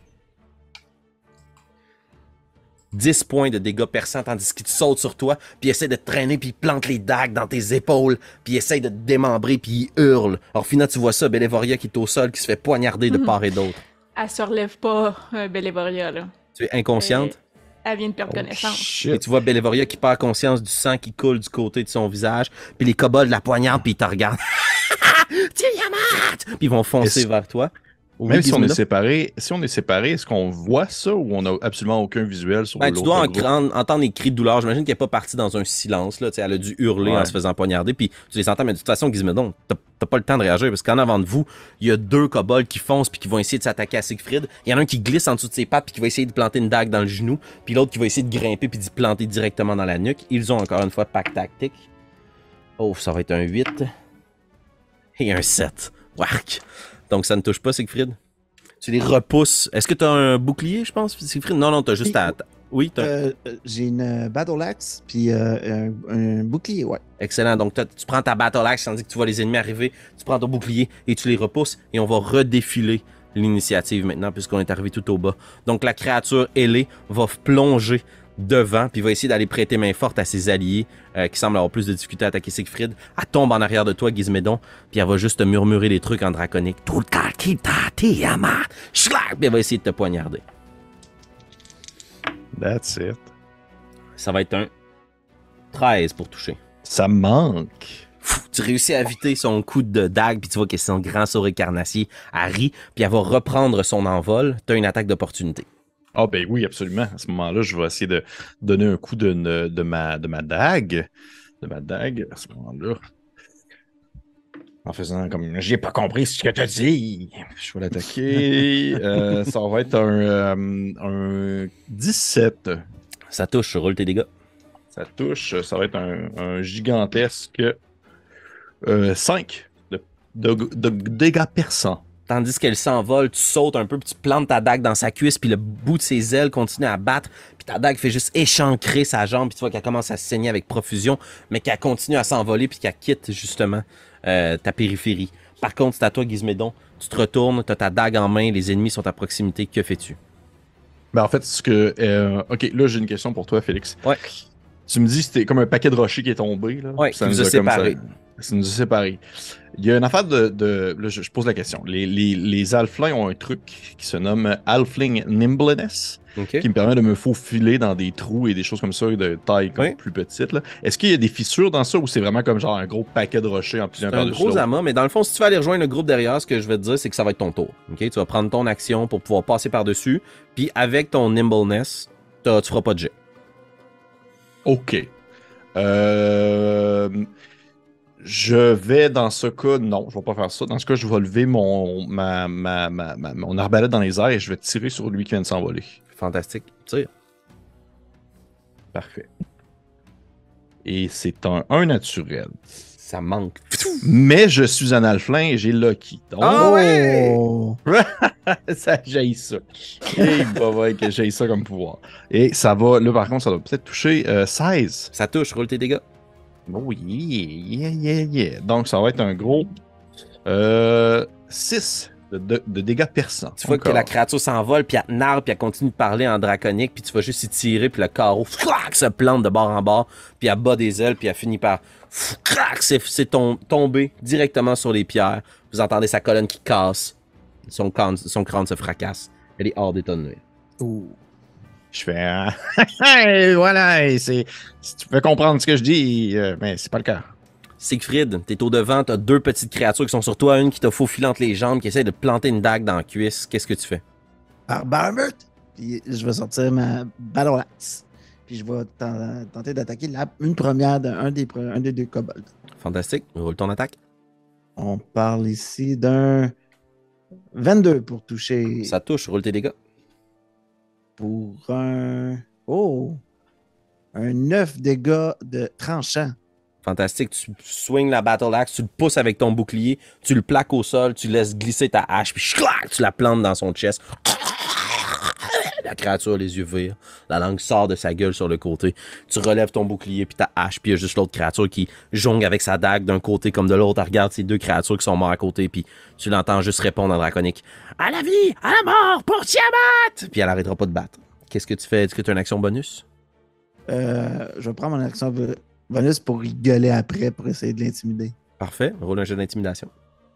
10 points de dégâts perçants, tandis qu'il saute sur toi, puis essaie de te traîner, puis il plante les dagues dans tes épaules, puis essaie de te démembrer, puis il hurle. Alors finalement, tu vois ça, Bélévoria qui est au sol, qui se fait poignarder de part et d'autre. Elle se relève pas, Bélévoria, là. Tu es inconsciente, Elle vient de perdre connaissance. et Shit. tu vois Bélévoria qui perd conscience du sang qui coule du côté de son visage, puis les kobolds la poignardent, puis ils te regardent. Tiamat! Puis ils vont foncer Est-ce- vers toi. Oui, Même si on est Gizmodo? séparés, est-ce qu'on voit ça ou on n'a absolument aucun visuel sur Ben, l'autre tu dois groupe? entendre les cris de douleur. J'imagine qu'elle n'est pas partie dans un silence. Là. Tu sais, elle a dû hurler Ouais. en se faisant poignarder. Puis tu les entends, mais de toute façon, Gizmédon, t'as pas le temps de réagir. Parce qu'en avant de vous, il y a 2 kobolds qui foncent puis qui vont essayer de s'attaquer à Siegfried. Il y en a un qui glisse en dessous de ses pattes puis qui va essayer de planter une dague dans le genou. Puis l'autre qui va essayer de grimper puis d'y planter directement dans la nuque. Ils ont encore une fois pack tactique. Oh, ça va être un 8. Et un 7. Wark. Donc ça ne touche pas, Siegfried. Tu les repousses. Est-ce que tu as un bouclier, je pense, Siegfried? Non, t'as juste Oui, t'as... J'ai une Battle Axe, puis un bouclier, ouais. Excellent. Donc, tu prends ta Battle Axe, tandis que tu vois les ennemis arriver, tu prends ton bouclier et tu les repousses. Et on va redéfiler l'initiative maintenant, puisqu'on est arrivé tout au bas. Donc, la créature ailée va plonger devant, puis va essayer d'aller prêter main forte à ses alliés, qui semblent avoir plus de difficulté à attaquer Siegfried. Elle tombe en arrière de toi, Gizmédon, puis elle va juste te murmurer des trucs en draconique. Puis elle va essayer de te poignarder. That's it. Ça va être un 13 pour toucher. Ça me manque. Tu réussis à éviter son coup de dague, puis tu vois que son grand sourire carnassier, elle rit, puis elle va reprendre son envol. Tu as une attaque d'opportunité. Ah ben oui, absolument. À ce moment-là, je vais essayer de donner un coup de ma dague. De ma dague, à ce moment-là. En faisant comme j'ai pas compris ce que tu as dit. Je vais l'attaquer. Ça va être un 17. Ça touche, roule tes dégâts. Ça touche. Ça va être un gigantesque 5 de dégâts perçants. Tandis qu'elle s'envole, tu sautes un peu, puis tu plantes ta dague dans sa cuisse, puis le bout de ses ailes continue à battre, puis ta dague fait juste échancrer sa jambe, puis tu vois qu'elle commence à saigner avec profusion, mais qu'elle continue à s'envoler, puis qu'elle quitte justement ta périphérie. Par contre, c'est à toi, Gizmédon. Tu te retournes, tu as ta dague en main, les ennemis sont à proximité. Que fais-tu? Ben en fait, OK, là, j'ai une question pour toi, Félix. Ouais. Tu me dis que c'était comme un paquet de rochers qui est tombé. Là. Ouais, Ça qui nous nous a a comme séparés. Ça nous a séparés. Il y a une affaire là, je pose la question. Les Halflings ont un truc qui se nomme Halfling Nimbleness, OK. qui me permet de me faufiler dans des trous et des choses comme ça de taille comme Oui. plus petite. Là. Est-ce qu'il y a des fissures dans ça ou c'est vraiment comme genre un gros paquet de rochers en plusieurs C'est un par-dessus gros l'autre? amas, mais dans le fond, si tu veux aller rejoindre le groupe derrière, ce que je vais te dire, c'est que ça va être ton tour. OK? Tu vas prendre ton action pour pouvoir passer par-dessus. Puis avec ton nimbleness, tu feras pas de jet. OK. Je vais, dans ce cas, non, je vais pas faire ça. Dans ce cas, je vais lever mon arbalète dans les airs et je vais tirer sur lui qui vient de s'envoler. Fantastique. Tire. Parfait. Et c'est un naturel. Ça manque. Mais je suis un alflin et j'ai Lucky. Donc, Ah ouais! Oh! ça jaillit ça. Et bah ouais, que j'aille ça comme pouvoir. Et ça va, là par contre, ça va peut-être toucher 16. Ça touche, roule tes dégâts. Oh yeah. Donc ça va être un gros 6 de dégâts perçants. Tu vois Encore. que la créature s'envole, puis elle te narre, puis elle continue de parler en draconique, puis tu vas juste y tirer, puis le carreau se plante de bord en bord, puis elle bat des ailes, puis elle finit par c'est tombé directement sur les pierres. Vous entendez sa colonne qui casse, son crâne se fracasse. Elle est hors d'état de nuire. Oh. Je fais voilà, si tu peux comprendre ce que je dis, mais c'est pas le cas. Siegfried, t'es au devant, t'as deux petites créatures qui sont sur toi, une qui t'a faufilé entre les jambes, qui essaie de te planter une dague dans la cuisse. Qu'est-ce que tu fais? Barbeurt! Puis je vais sortir ma Battle Axe. Puis je vais tenter d'attaquer une première d'un des deux kobolds. Fantastique. Roule ton attaque. On parle ici d'un 22 pour toucher. Ça touche, roule tes dégâts. Pour un. Oh! Un 9 dégâts de tranchant. Fantastique. Tu swings la Battle Axe, tu le pousses avec ton bouclier, tu le plaques au sol, tu laisses glisser ta hache, puis tu la plantes dans son chest. La créature, les yeux virent, la langue sort de sa gueule sur le côté. Tu relèves ton bouclier, puis ta hache, puis il y a juste l'autre créature qui jongle avec sa dague d'un côté comme de l'autre. Elle regarde ces deux créatures qui sont mortes à côté, puis tu l'entends juste répondre en draconique. À la vie, à la mort, pour Tiamat! Puis elle arrêtera pas de battre. Qu'est-ce que tu fais? Est-ce que tu as une action bonus? Je vais prendre mon action bonus pour rigoler après, pour essayer de l'intimider. Parfait. Roule un jeu d'intimidation.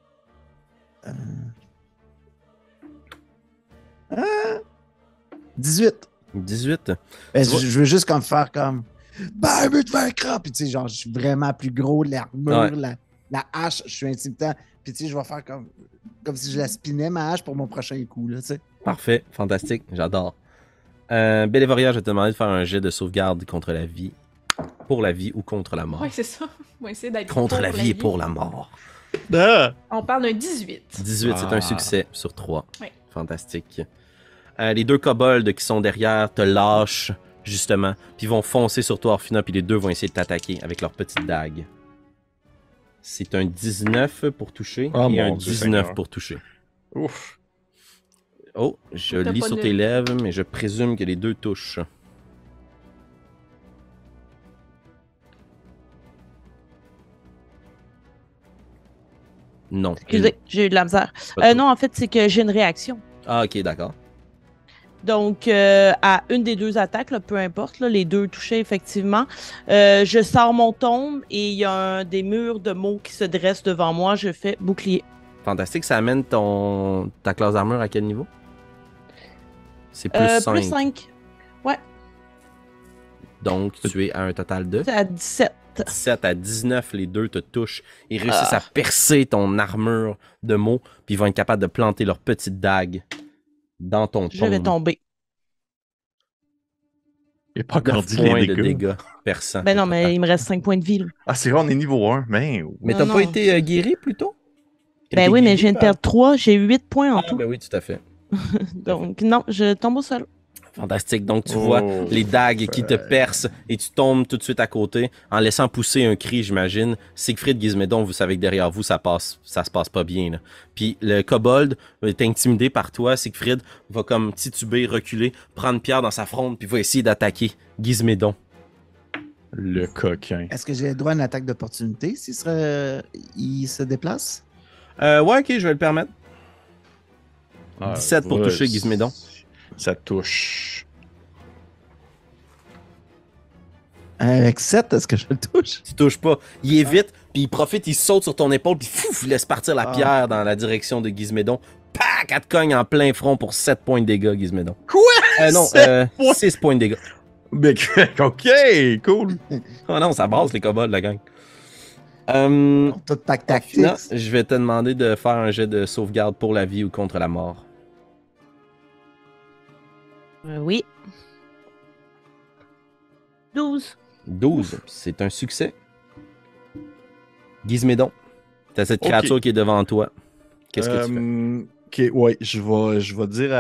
18. 18. Je veux juste comme faire comme Barbut vaincra! Puis tu sais, genre, je suis vraiment plus gros, l'armure, la hache, je suis intimidant. Puis tu sais, je vais faire comme si je la spinais ma hache pour mon prochain coup, là, tu sais. Parfait. Fantastique. J'adore. Bélévoria, je vais te demander de faire un jet de sauvegarde contre la vie. Pour la vie ou contre la mort. Ouais, c'est ça. On va essayer d'être Contre pour la vie et pour la mort. On parle d'un 18. 18, c'est un succès sur 3. Ouais. Fantastique. Les deux kobolds qui sont derrière te lâchent, justement, puis vont foncer sur toi, Orphina, puis les deux vont essayer de t'attaquer avec leur petite dague. C'est un 19 pour toucher Oh, et mon un Dieu 19 Seigneur. pour toucher. Ouf. Oh, je T'as lis pas sur de- tes lèvres, mais je présume que les deux touchent. Non. Excusez, j'ai eu de la misère. Pas de Non, en fait, c'est que j'ai une réaction. Ah, ok, d'accord. Donc, à une des deux attaques, là, peu importe, là, les deux touchés effectivement, je sors mon tombe et il y a des murs de mots qui se dressent devant moi. Je fais bouclier. Fantastique, ça amène ta classe d'armure à quel niveau? C'est plus 5. Plus 5. Donc, tu es à un total de C'est à 17. 17 à 19, les deux te touchent. Ils réussissent à percer ton armure de mots, puis ils vont être capables de planter leur petite dague dans ton Je vais tombe. tomber. Il n'a pas encore 9 dit points les de dégâts. dégâts perçants. Ben non, mais il me reste 5 points de vie. Là. Ah, c'est vrai, on est niveau 1. Mais Mais Non, t'as non. pas été guéri plus tôt? Ben oui, mais je viens de perdre 3. J'ai 8 points en Ah, tout. ben oui, tout à fait. Donc, non, je tombe au sol. Fantastique. Donc, tu vois les dagues qui te percent et tu tombes tout de suite à côté en laissant pousser un cri, j'imagine. Siegfried Gizmédon, vous savez que derrière vous, ça se passe pas bien. Là. Puis le kobold est intimidé par toi. Siegfried va comme tituber, reculer, prendre Pierre dans sa fronde, puis va essayer d'attaquer Gizmédon. le coquin. Est-ce que j'ai le droit à une attaque d'opportunité s'il il se déplace? Ouais, ok, je vais le permettre. Ah, 17 pour toucher, Gizmédon. Ça touche. Avec 7, est-ce que je le touche? Tu touches pas. Il est vite, puis il profite, il saute sur ton épaule, puis fouf, il laisse partir la pierre dans la direction de Gizmédon. Pac! Elle te cogne en plein front pour 7 points de dégâts, Gizmédon. Quoi? Non, 7 points? 6 points de dégâts. Mais, ok, cool. Oh non, ça brasse les kobolds, la gang. Tout pack tactique. Là, je vais te demander de faire un jet de sauvegarde pour la vie ou contre la mort. Oui. 12. 12, c'est un succès. Gizmédon, t'as cette Ok. créature qui est devant toi. Qu'est-ce que tu fais? Ok, ouais, je vais dire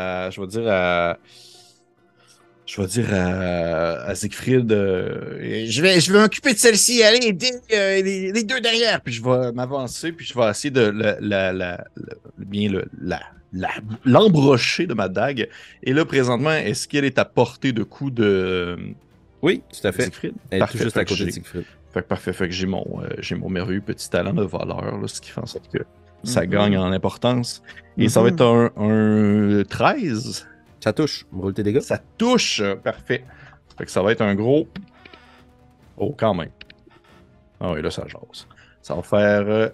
à Siegfried, je vais m'occuper de celle-ci, allez, aider les deux derrière, puis je vais m'avancer, puis je vais essayer de l'embrocher de ma dague. Et là, présentement, est-ce qu'elle est à portée de coup de Oui, tout à fait. Siegfried? Elle est Parfait, tout juste fait à que côté de j'ai- Siegfried. Fait que parfait, fait que j'ai mon merveilleux petit talent de voleur, là, ce qui fait en sorte que ça gagne en importance. Et ça va être un 13. Ça touche. Roule tes dégâts. Ça touche. Parfait. Fait que ça va être un gros. Oh, quand même. Ah oui, là, ça jase. Ça va faire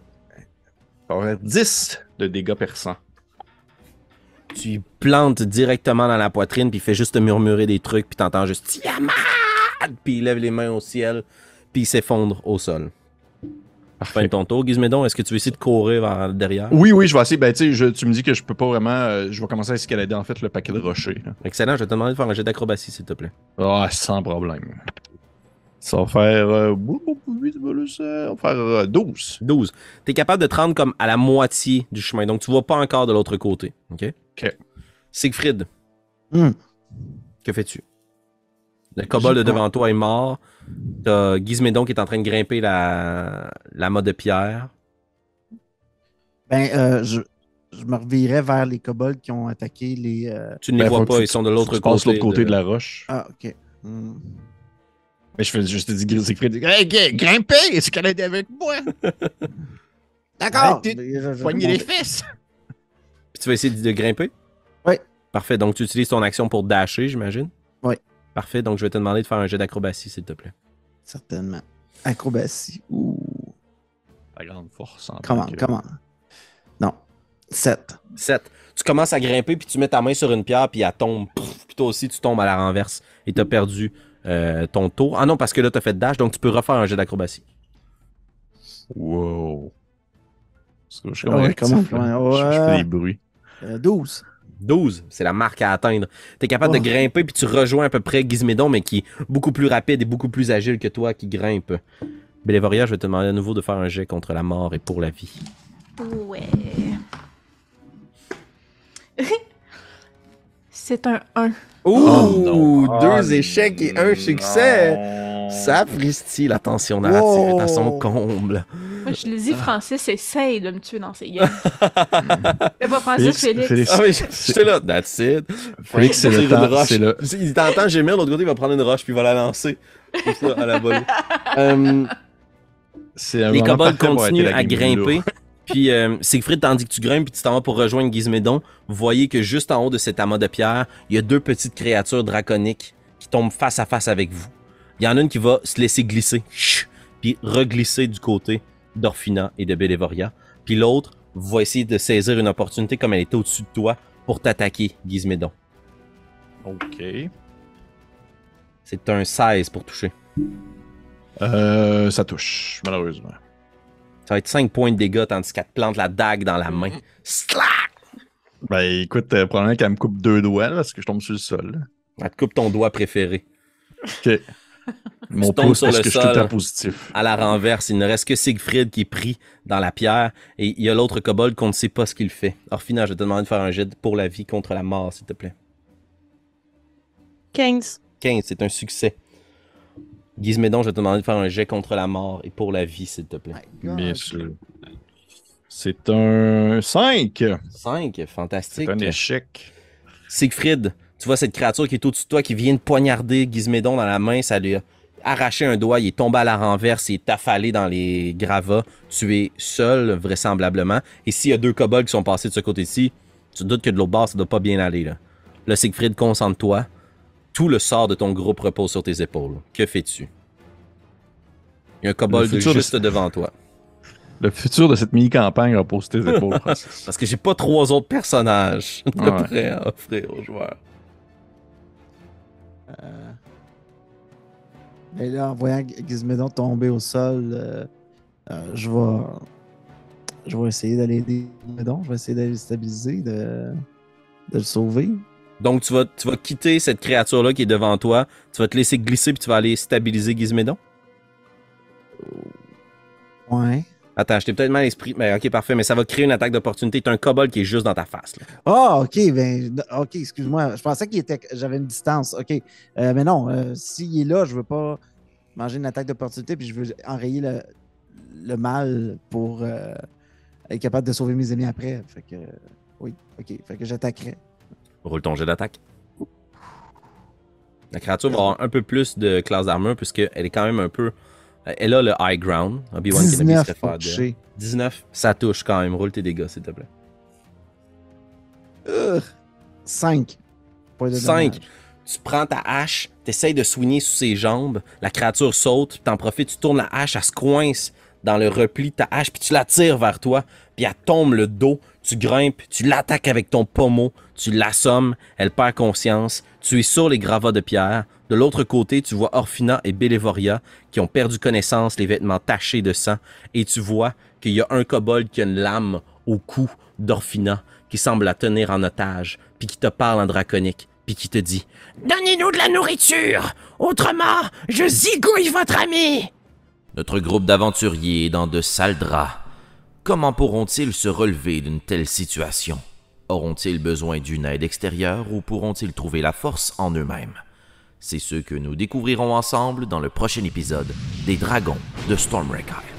10 de dégâts perçants. Tu y plantes directement dans la poitrine, puis il fait juste te murmurer des trucs, puis t'entends juste Tiamat! Puis il lève les mains au ciel, puis il s'effondre au sol. Fin de ton tour, Gizmédon, est-ce que tu veux essayer de courir vers derrière? Oui, je vais essayer. Ben, tu sais, tu me dis que je peux pas vraiment. Je vais commencer à escalader, en fait, le paquet de rochers. Là. Excellent, je vais te demander de faire un jet d'acrobatie, s'il te plaît. Ah, sans problème. Ça va faire. Ça va faire 12. 12. T'es capable de te rendre comme à la moitié du chemin, donc tu vois pas encore de l'autre côté. OK? OK. Siegfried, Hmm. que fais-tu? Le kobold J'ai- devant toi est mort. T'as Gizmédon qui est en train de grimper la mode de pierre. Ben, je me revirais vers les kobolds qui ont attaqué les. Tu ne les Ben, vois faut pas, que ils sont de l'autre tu passes côté. l'autre côté de la roche. Ah, ok. Hmm. Mais je te dis, Siegfried, hey, grimpez, escaladez avec moi. D'accord. Arrêtez Mais je- Poignez les fesses. Puis tu vas essayer de grimper? Oui. Parfait, donc tu utilises ton action pour dasher, j'imagine? Oui. Parfait, donc je vais te demander de faire un jet d'acrobatie, s'il te plaît. Certainement. Acrobatie. Ouh. La grande force. Comment? Non. 7. 7. Tu commences à grimper, puis tu mets ta main sur une pierre, puis elle tombe. Puis toi aussi, tu tombes à la renverse. Et tu as perdu ton tour. Ah non, parce que là, tu as fait dash, donc tu peux refaire un jet d'acrobatie. Wow. Parce que je suis Ah ouais, actif, comment? là. Ouais. Je fais des bruits. 12. 12, c'est la marque à atteindre. Tu es capable de grimper, puis tu rejoins à peu près Gizmédon, mais qui est beaucoup plus rapide et beaucoup plus agile que toi qui grimpe. Bélévoria, je vais te demander à nouveau de faire un jet contre la mort et pour la vie. Ouais. C'est un 1. Ouh, non. deux Ah, échecs et un succès. Sapristi, la tension narrative est à son Wow. comble. Moi, je le dis, Francis essaye de me tuer dans ses games. C'est pas Francis, Félix. Ah oui, j'étais là, that's it. Félix, c'est Tire le une temps. roche. C'est le... Il t'entend gémir, de l'autre côté, il va prendre une roche puis il va la lancer. Comme ça, à la volée. c'est un Les moment kobolds parfait pour continuent arrêter la à game grimper. là. Puis Siegfried, tandis que tu grimpes puis tu t'en vas pour rejoindre Gizmédon, vous voyez que juste en haut de cet amas de pierre, il y a deux petites créatures draconiques qui tombent face à face avec vous. Il y en a une qui va se laisser glisser, puis reglisser du côté d'Orphina et de Bélévoria. Puis l'autre va essayer de saisir une opportunité comme elle était au-dessus de toi pour t'attaquer, Gizmédon. Ok. C'est un 16 pour toucher. Ça touche, malheureusement. Ça va être 5 points de dégâts tandis qu'elle te plante la dague dans la main. Slack! Ben écoute, probablement qu'elle me coupe 2 doigts là, parce que je tombe sur le sol. Là. Elle te coupe ton doigt préféré. Ok. Mon tombes pouce, sur parce le que je suis sol. tout le temps positif. À la renverse, il ne reste que Siegfried qui est pris dans la pierre et il y a l'autre kobold qu'on ne sait pas ce qu'il fait. Orphina, je vais te demander de faire un jet pour la vie contre la mort, s'il te plaît. 15. 15, c'est un succès. Gizmédon, je vais te demander de faire un jet contre la mort et pour la vie, s'il te plaît. Bien sûr. C'est un 5. 5, fantastique. C'est un échec. Siegfried, tu vois cette créature qui est au-dessus de toi, qui vient de poignarder Gizmédon dans la main, ça lui a arraché un doigt, il est tombé à la renverse, il est affalé dans les gravats. Tu es seul, vraisemblablement. Et s'il y a deux kobolds qui sont passés de ce côté-ci, tu te doutes que de l'autre bord, ça doit pas bien aller. Là, Siegfried, concentre-toi. Tout le sort de ton groupe repose sur tes épaules. Que fais-tu? Il y a un kobold juste devant toi. Le futur de cette mini-campagne repose sur tes épaules, Francis. Parce que j'ai pas 3 autres personnages de prêts à offrir aux joueurs. Mais là, en voyant Gizmédon tomber au sol, je vais essayer d'aller aider Gizmédon. Je vais essayer d'aller le stabiliser, de le sauver. Donc, tu vas quitter cette créature-là qui est devant toi. Tu vas te laisser glisser puis tu vas aller stabiliser Gizmédon? Ouais. Attends, je t'ai peut-être mal esprit. Mais ok, parfait. Mais ça va créer une attaque d'opportunité. T'as un kobold qui est juste dans ta face. Là. Ah, ok. Ok, excuse-moi. Je pensais j'avais une distance. Ok. Mais non, s'il est là, je veux pas manger une attaque d'opportunité puis je veux enrayer le mal pour être capable de sauver mes amis après. Fait que, oui. Ok. Fait que j'attaquerai. Roule ton jet d'attaque. La créature va avoir un peu plus de classe d'armure puisqu'elle est quand même un peu... Elle a le high ground. Obi-Wan Kenobi serait faire de... 19, ça touche quand même. Roule tes dégâts, s'il te plaît. 5. 5. Tu prends ta hache, t'essayes de soigner sous ses jambes, la créature saute, t'en profites, tu tournes la hache, elle se coince dans le repli de ta hache, puis tu la tires vers toi, puis elle tombe le dos, tu grimpes, tu l'attaques avec ton pommeau, tu l'assommes, elle perd conscience, tu es sur les gravats de pierre. De l'autre côté, tu vois Orphina et Bélévoria qui ont perdu connaissance, les vêtements tachés de sang, et tu vois qu'il y a un kobold qui a une lame au cou d'Orphina qui semble la tenir en otage, puis qui te parle en draconique, puis qui te dit « Donnez-nous de la nourriture, autrement, je zigouille votre ami !» Notre groupe d'aventuriers est dans de sales draps. Comment pourront-ils se relever d'une telle situation? Auront-ils besoin d'une aide extérieure ou pourront-ils trouver la force en eux-mêmes? C'est ce que nous découvrirons ensemble dans le prochain épisode des Dragons de Stormwreck Isle.